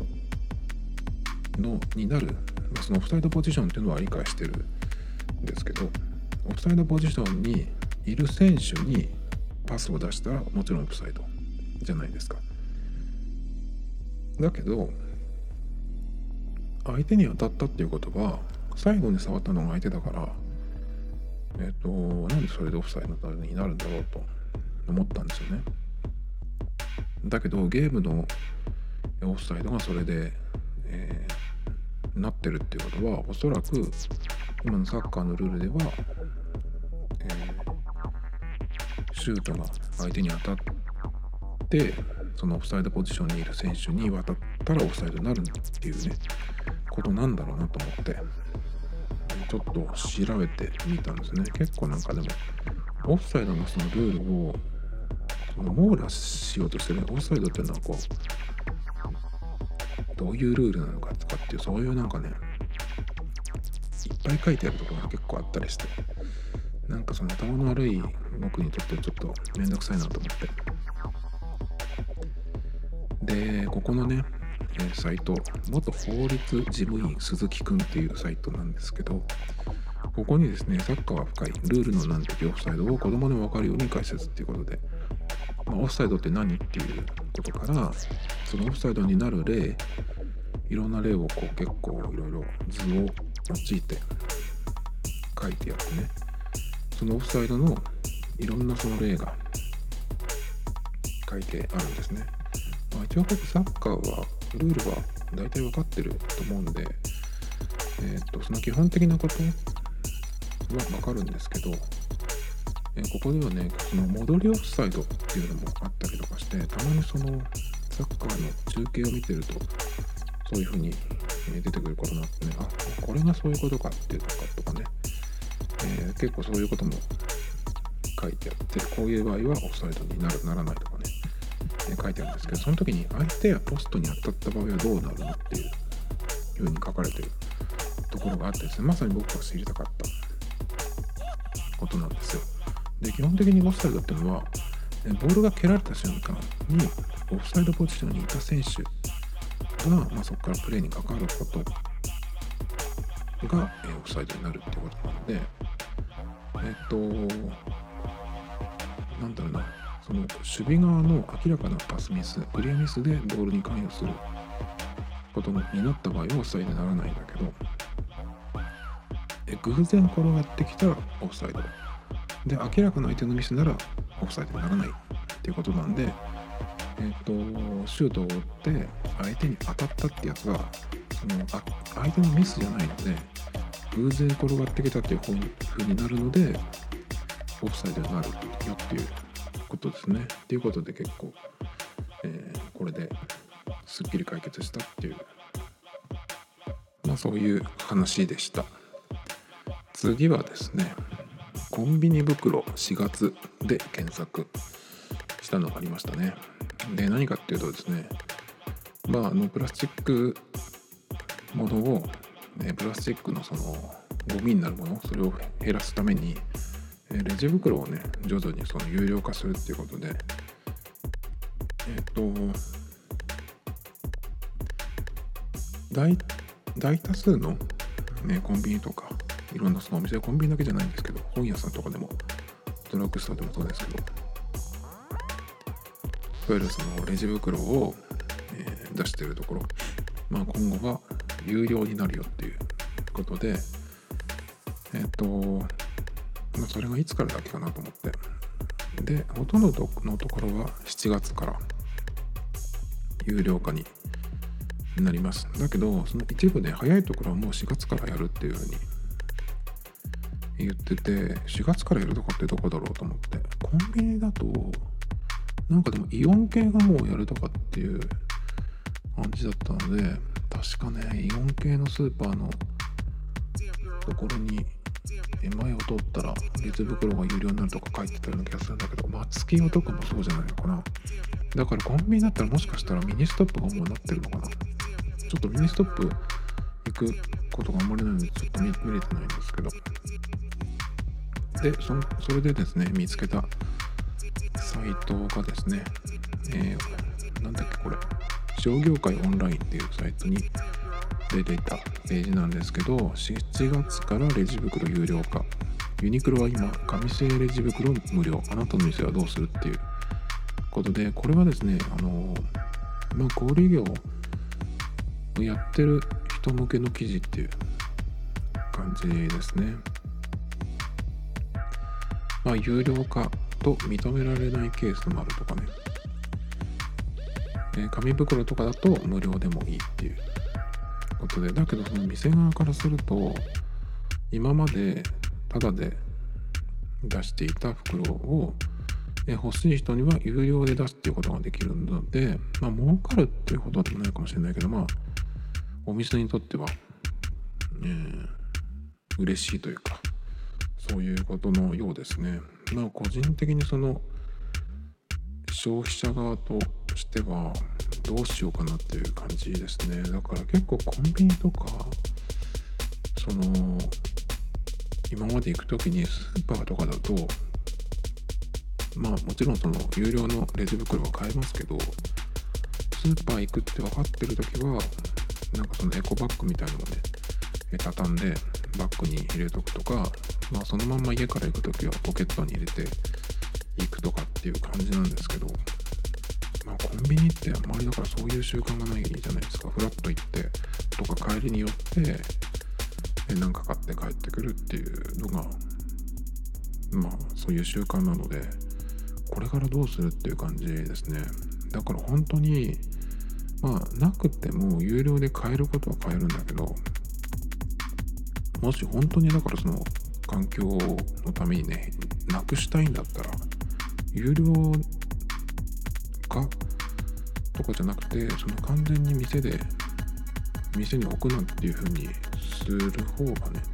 になる、そのオフサイドポジションっていうのは理解してるんですけど、オフサイドポジションにいる選手にパスを出したらもちろんオフサイドじゃないですか。だけど相手に当たったっていうことは最後に触ったのが相手だから、なんでそれでオフサイドになるんだろうと思ったんですよね。だけどゲームのオフサイドがそれで、なってるっていうことは、おそらく今のサッカーのルールでは、シュートが相手に当たってそのオフサイドポジションにいる選手に渡ったらオフサイドになるっていうねことなんだろうなと思ってちょっと調べてみたんですね。結構なんかでもオフサイドのそのルールを網羅しようとしてる。オフサイドっていうのはこうどういうルールなのかとかっていう、そういうなんかねいっぱい書いてあるところが結構あったりして、なんかその頭の悪い僕にとってちょっとめんどくさいなと思って、でここのねサイト、元法律事務員鈴木くんっていうサイトなんですけど、ここにですね、サッカーは深いルールの難敵オフサイドを子供にも分かるように解説っていうことで、オフサイドって何っていうことから、そのオフサイドになる例、いろんな例をこう結構いろいろ図を用いて書いてやってね、そのオフサイドのいろんなその例が書いてあるんですね。一応サッカーはルールは大体分かってると思うんで、その基本的なことは分かるんですけど、ここではね、その戻りオフサイドっていうのもあったりとかして、たまにそのサッカーの中継を見てるとそういう風に出てくることもあってね、これがそういうことかっていうのかとかね、結構そういうことも書いてあって、こういう場合はオフサイドになるならないとかね、書いてあるんですけど、その時に相手やポストに当たった場合はどうなるのっていう風に書かれてるところがあってですね、まさに僕が知りたかったことなんですよ。で、基本的にオフサイドっていうのはボールが蹴られた瞬間にオフサイドポジションにいた選手が、そこからプレーに関わることが、オフサイドになるっていうことなので、なんだろうな、その守備側の明らかなパスミス、クリアミスでボールに関与することになった場合はオフサイドにならないんだけど、偶然転がってきたらオフサイドで、明らかな相手のミスならオフサイドにならないっていうことなんで、シュートを打って相手に当たったってやつは相手のミスじゃないので、偶然転がってきたっていう風になるのでオフサイドになるよっていうことですね。っていうことで結構、これですっきり解決したっていう、そういう話でした。 次はですね、コンビニ袋4月で検索したのがありましたね。で、何かっていうとですね、プラスチックものを、プラスチックのそのゴミになるもの、それを減らすためにレジ袋をね徐々にその有料化するっていうことで、大多数の、コンビニとかいろんなそのお店、コンビニだけじゃないんですけど、本屋さんとかでもドラッグストアでもそうですけど、いわゆるそのレジ袋を、出しているところ、今後は有料になるよっていうことで、それがいつからだっけかなと思って、でほとんどのところは7月から有料化になります。だけどその一部ね、早いところはもう4月からやるっていうふうに言ってて、4月からやるとかってどこだろうと思って、コンビニだとなんかでもイオン系がもうやるとかっていう感じだったので、確かねイオン系のスーパーのところに前を通ったらレジ袋が有料になるとか書いてたような気がするんだけど、月用とかもそうじゃないのかな。だからコンビニだったらもしかしたらミニストップがもうなってるのかな。ちょっとミニストップ行くことがあんまりないのでちょっと見れてないんですけど、でそれでですね見つけたサイトがですね、なんだっけこれ、商業界オンラインっていうサイトに出ていたページなんですけど、7月からレジ袋有料化、ユニクロは今紙製レジ袋無料、あなたの店はどうするっていうことで、これはですね小売業をやってる人向けの記事っていう感じですね。有料化と認められないケースもあるとかね、紙袋とかだと無料でもいいっていうことで、だけどその店側からすると今までタダで出していた袋を欲しい人には有料で出すっていうことができるので、儲かるっていうことでもないかもしれないけど、お店にとっては、嬉しいというか、そういうことのようですね。個人的にその消費者側としてはどうしようかなっていう感じですね。だから結構コンビニとか今まで行くときにスーパーとかだともちろんその有料のレジ袋は買えますけど、スーパー行くって分かってるときはなんかそのエコバッグみたいなのをね畳んでバッグに入れとくとか、そのまんま家から行くときはポケットに入れて行くとかっていう感じなんですけど、コンビニってあんまりだからそういう習慣がないじゃないですか。フラッと行ってとか帰りに寄って何か買って帰ってくるっていうのがそういう習慣なので、これからどうするっていう感じですね。だから本当になくても有料で買えることは買えるんだけど、もし本当にだからその環境のためにねなくしたいんだったら有料化とかじゃなくて、その完全に店に置くなんていう風にする方がね、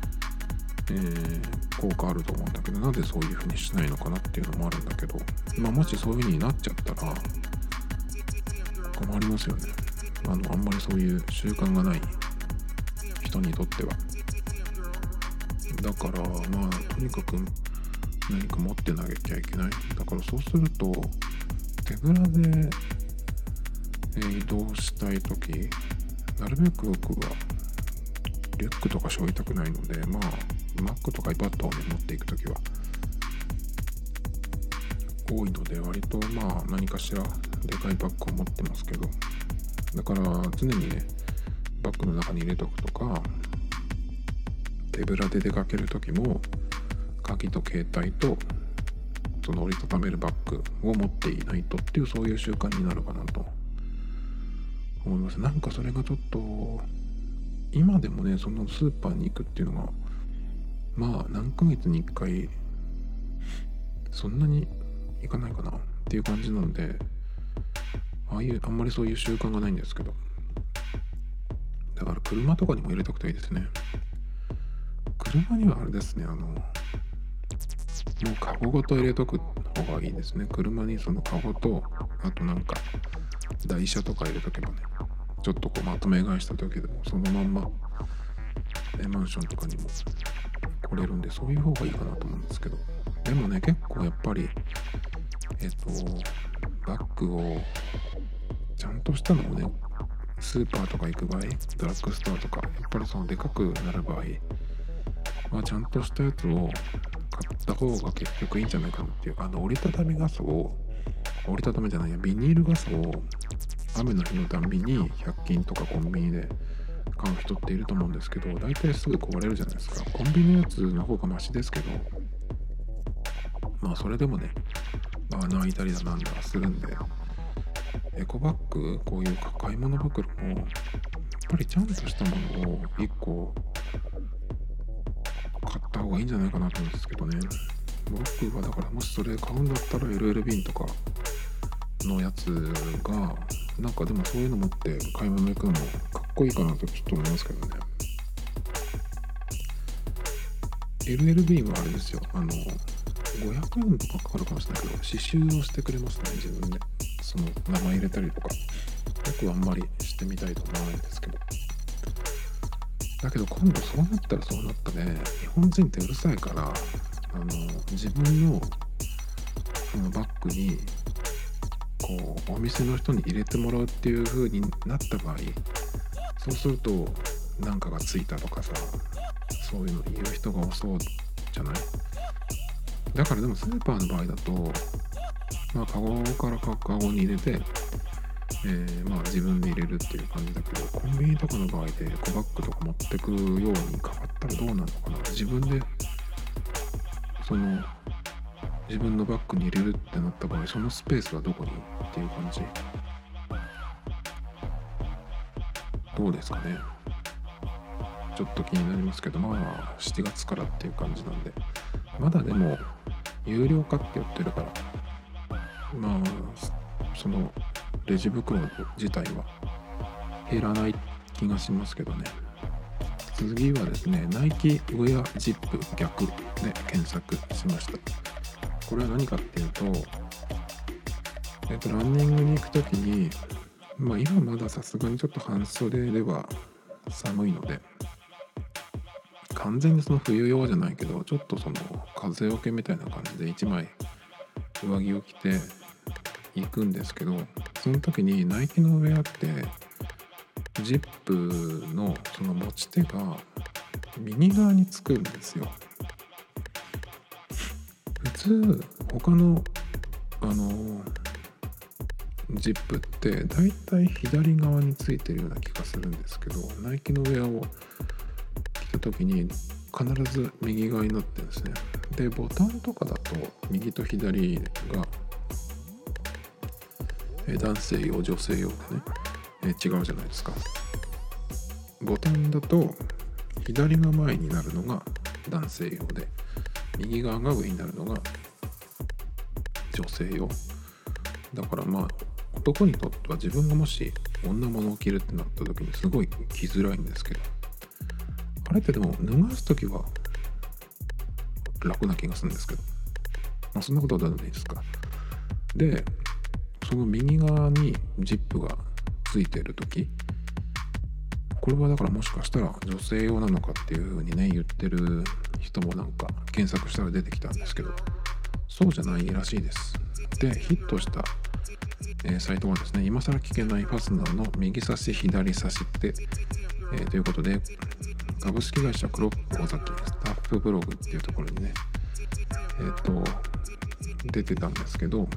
効果あると思うんだけど、なんでそういう風にしないのかなっていうのもあるんだけど、もしそういう風になっちゃったら困りますよね。あんまりそういう習慣がない人にとっては。だからとにかく何か持ってなきゃいけない。だからそうすると手ぶらで、移動したいとき、なるべく僕はリュックとか背負いたくないので、Mac とか iPad をね持っていくときは多いので、割と何かしらでかいバッグを持ってますけど、だから常にねバッグの中に入れとくとか、手ぶらで出かけるときも鍵と携帯とその折りたためるバッグを持っていないとっていう、そういう習慣になるかなと思います。なんかそれがちょっと今でもね、そのスーパーに行くっていうのが何ヶ月に1回そんなに行かないかなっていう感じなので、あんまりそういう習慣がないんですけど、だから車とかにも入れとくといいですね。 車にはあれですね、もうカゴごと入れとく方がいいですね。車にそのカゴと、あとなんか台車とか入れとけばね、ちょっとこうまとめ買いした時でもそのまんまマンションとかにも来れるんで、そういう方がいいかなと思うんですけど、でもね、結構やっぱりバッグをちゃんとしたのをね、スーパーとか行く場合、ドラッグストアとか、やっぱりそのでかくなる場合はちゃんとしたやつを買った方が結局いいんじゃないかなっていう、折りたたみ傘を、折りたたみじゃないや、ビニール傘を雨の日のたんびに100均とかコンビニで買う人っていると思うんですけど、大体すぐ壊れるじゃないですか。コンビニのやつの方がマシですけど、まあそれでもね、穴開いたりだなんだするんで、エコバッグ、こういう買い物袋もやっぱりちゃんとしたものを1個買った方がいいんじゃないかなと思うんですけどね。僕はだからもしそれ買うんだったら LL ビンとかのやつがなんかでもそういうの持って買い物行くのもかっこいいかなとちょっと思いますけどね。LL ビンはあれですよ、500円とかかかるかもしれないけど刺繍をしてくれますね、自分で。その名前入れたりとか、僕はあんまりしてみたいと思わないんですけど、だけど今度そうなったらそうなったね、日本人ってうるさいから、自分のそのバッグにこうお店の人に入れてもらうっていう風になった場合、そうするとなんかがついたとかさ、そういうの言う人が多そうじゃない。だからでもスーパーの場合だと、カゴからカゴに入れて、自分で入れるっていう感じだけど、コンビニとかの場合でエコバッグとか持ってくように変わったらどうなるのかな。自分でその自分のバッグに入れるってなった場合、そのスペースはどこにっていう感じ。どうですかね。ちょっと気になりますけど、7月からっていう感じなんで、まだでも有料化って言ってるから、そのレジ袋自体は減らない気がしますけどね。次はですね、ナイキウェアジップ逆で検索しました。これは何かっていうと、ランニングに行くときに、今まださすがにちょっと半袖では寒いので、完全にその冬用じゃないけど、ちょっとその風よけみたいな感じで1枚上着を着て行くんですけど、その時にナイキのウェアってジップのその持ち手が右側につくんですよ。普通他のジップってだいたい左側についてるような気がするんですけど、ナイキのウェアを着た時に必ず右側になってるんですね。でボタンとかだと右と左が男性用女性用でね、違うじゃないですか。ボタンだと左が前になるのが男性用で、右側が上になるのが女性用だから、男にとっては自分がもし女物を着るってなった時にすごい着づらいんですけど、あれってでも脱がす時は楽な気がするんですけど、そんなことはどうでもいいですか。でその右側にジップがついている時、これはだからもしかしたら女性用なのかっていう風にね言ってる人もなんか検索したら出てきたんですけど、そうじゃないらしいです。でヒットした、サイトはですね、今更聞けないファスナーの右差し左差しって、ということで株式会社クロック尾崎スタッフブログっていうところにね出てたんですけど、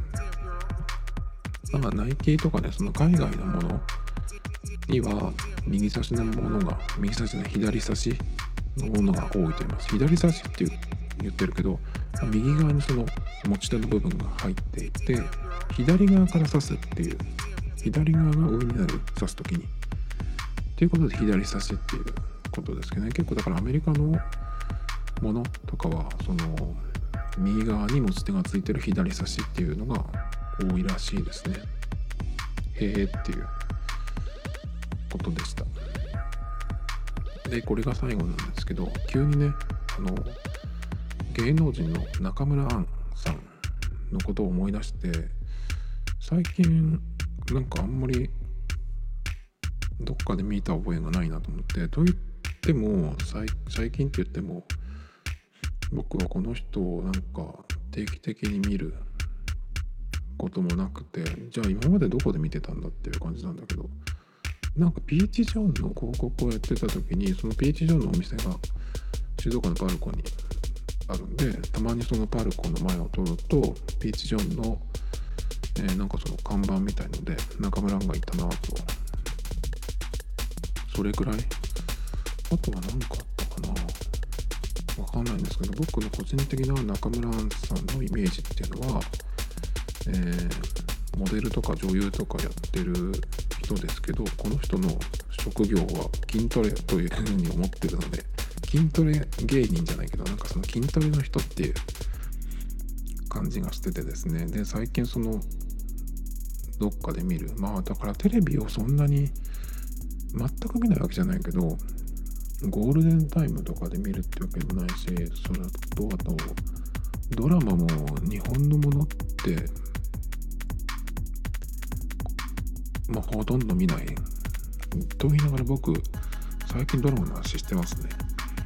ナイキとかね、その海外のものには右差しのものが、右差しの左差しのものが多いと言います。左差しって言ってるけど、右側にその持ち手の部分が入っていて、左側から差すっていう、左側が上になる、差すときにということで左差しっていうことですけどね。結構だからアメリカのものとかはその右側に持ち手がついてる左差しっていうのが多いらしいですね。へーっていうことでした。でこれが最後なんですけど、急にねその芸能人の中村アンさんのことを思い出して、最近なんかあんまりどっかで見た覚えがないなと思って。と言っても最近って言っても僕はこの人をなんか定期的に見ることもなくて、じゃあ今までどこで見てたんだっていう感じなんだけど、なんかピーチ・ジョンの広告をやってた時に、そのピーチ・ジョンのお店が静岡のパルコにあるんで、たまにそのパルコの前を通るとピーチ・ジョンの、なんかその看板みたいので中村がいたなと、それくらい。あとは何かあったかな、わかんないんですけど、僕の個人的な中村アンさんのイメージっていうのは、モデルとか女優とかやってる人ですけど、この人の職業は筋トレというふうに思ってるので、筋トレ芸人じゃないけど、なんかその筋トレの人っていう感じがしててですね。で最近そのどっかで見る、だからテレビをそんなに全く見ないわけじゃないけど、ゴールデンタイムとかで見るってわけでもないし、それとあとドラマも日本のものってほとんど見ないと言いながら、僕最近ドラマの話してますね。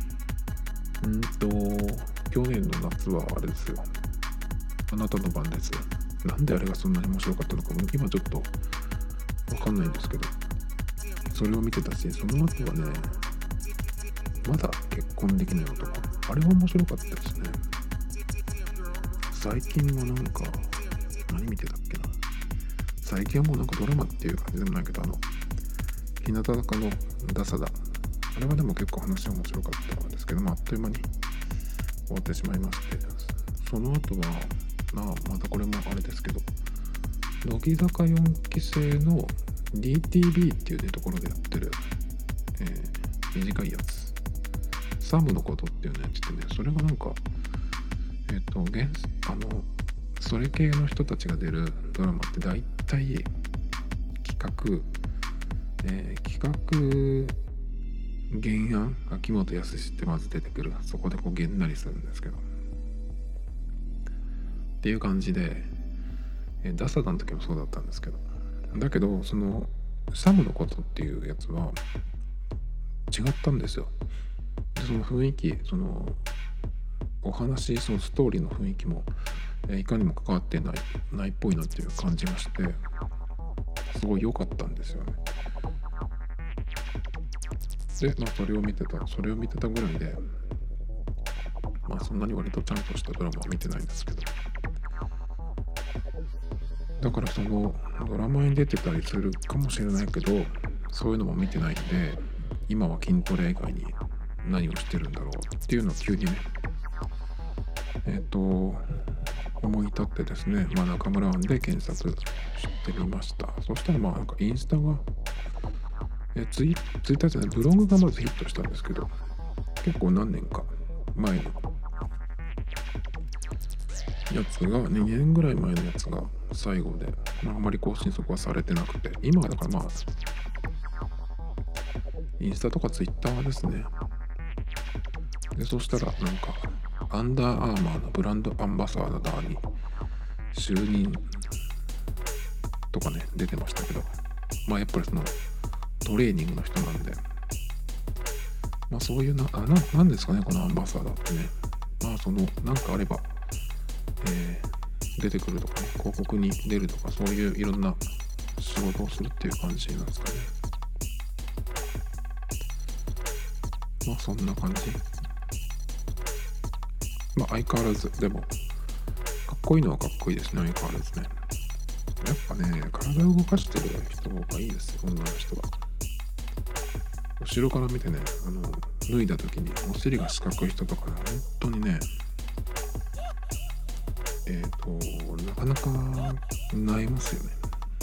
去年の夏はあれですよ、あなたの番です。なんであれがそんなに面白かったのか今ちょっとわかんないんですけど、それを見てたし、その後はね、まだ結婚できない男、あれは面白かったですね。最近はなんか何見てたっけな。最近はもうなんかドラマっていう感じでもないけど、日向坂のダサダ、あれはでも結構話面白かったんですけど、あっという間に終わってしまいまして、その後はまたこれもあれですけど、乃木坂4期生の DTV っていう、ところでやってる、短いやつ、サムのことっていうのやっててね、それがなんかそれ系の人たちが出るドラマって大体企画原案秋元康ってまず出てくる、そこでげんなりするんですけどっていう感じで、ダサダの時もそうだったんですけど、だけどそのサムのことっていうやつは違ったんですよ。でその雰囲気、そのお話、そのストーリーの雰囲気もいかにも関わってないっぽいなっていう感じがして、すごい良かったんですよね。でそれを見てたぐらいで、そんなに割とちゃんとしたドラマは見てないんですけど、だからそのドラマに出てたりするかもしれないけど、そういうのも見てないんで、今は筋トレ以外に何をしてるんだろうっていうのを急にね思い立ってですね、中村アンで検索してみました。そしたらなんかインスタがツイッターじゃない、ブログがまずヒットしたんですけど、結構何年か前のやつが、2年ぐらい前のやつが最後で、あまり更新そこはされてなくて、今はだからインスタとかツイッターですね。でそしたらなんかアンダーアーマーのブランドアンバサダーに就任とかね出てましたけど、やっぱりそのトレーニングの人なんで、そういうなんですかね、このアンバサダーってね。そのなんかあれば、出てくるとかね、広告に出るとか、そういういろんな仕事をするっていう感じなんですかね。そんな感じ。相変わらずでもかっこいいのはかっこいいですね。相変わらずね。やっぱね、体を動かしてる人がいいですよ、女の人は。後ろから見てね、脱いだ時にお尻が四角い人とかね、本当にね、なかなか萎えますよね。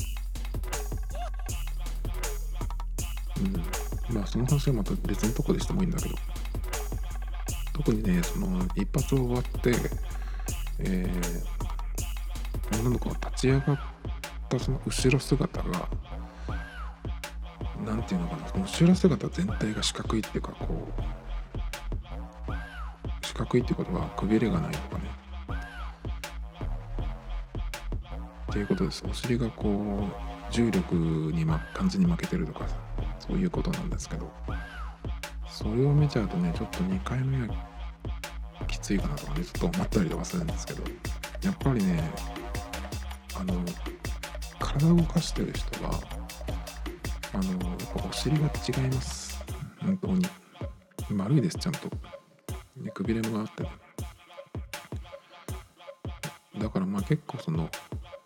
その話はまた別のとこでしてもいいんだけど、特にね、その一発終わって、女の子が立ち上がったその後ろ姿が、その後ろ姿全体が四角いっていうか、 角いってことはくびれがないとかねっていうことです。お尻がこう重力に、完全に負けてるとかそういうことなんですけど、それを見ちゃうとねちょっと2回目はきついかなとかねちょっと思ったりとかするんですけど、やっぱりね体を動かしてる人はやっぱお尻が違います。本当に丸いです。ちゃんとでくびれもあってね、だから結構その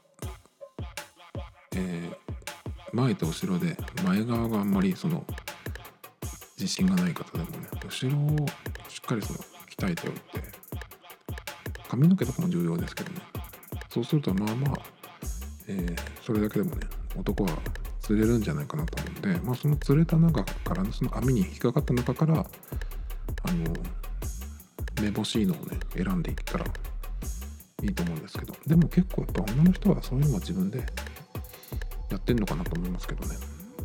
前と後ろで前側があんまりその自信がない方でもね後ろをしっかりその鍛えておいて、髪の毛とかも重要ですけどね、そうするとそれだけでもね男は釣れるんじゃないかなと思うんで、その釣れた中からその網に引っかかった中からめぼしいのをね選んでいったらいいと思うんですけど、でも結構やっぱ女の人はそういうのは自分でやってんのかなと思いますけどね。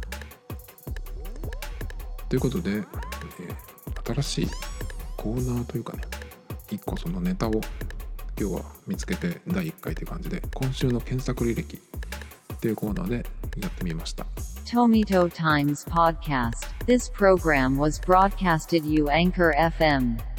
ということで、新しいコーナーというかね一個そのネタを今日は見つけて第1回という感じで、今週の検索履歴っていうコーナーでやってみました。 Tomito Times Podcast. This program was broadcasted you Anchor FM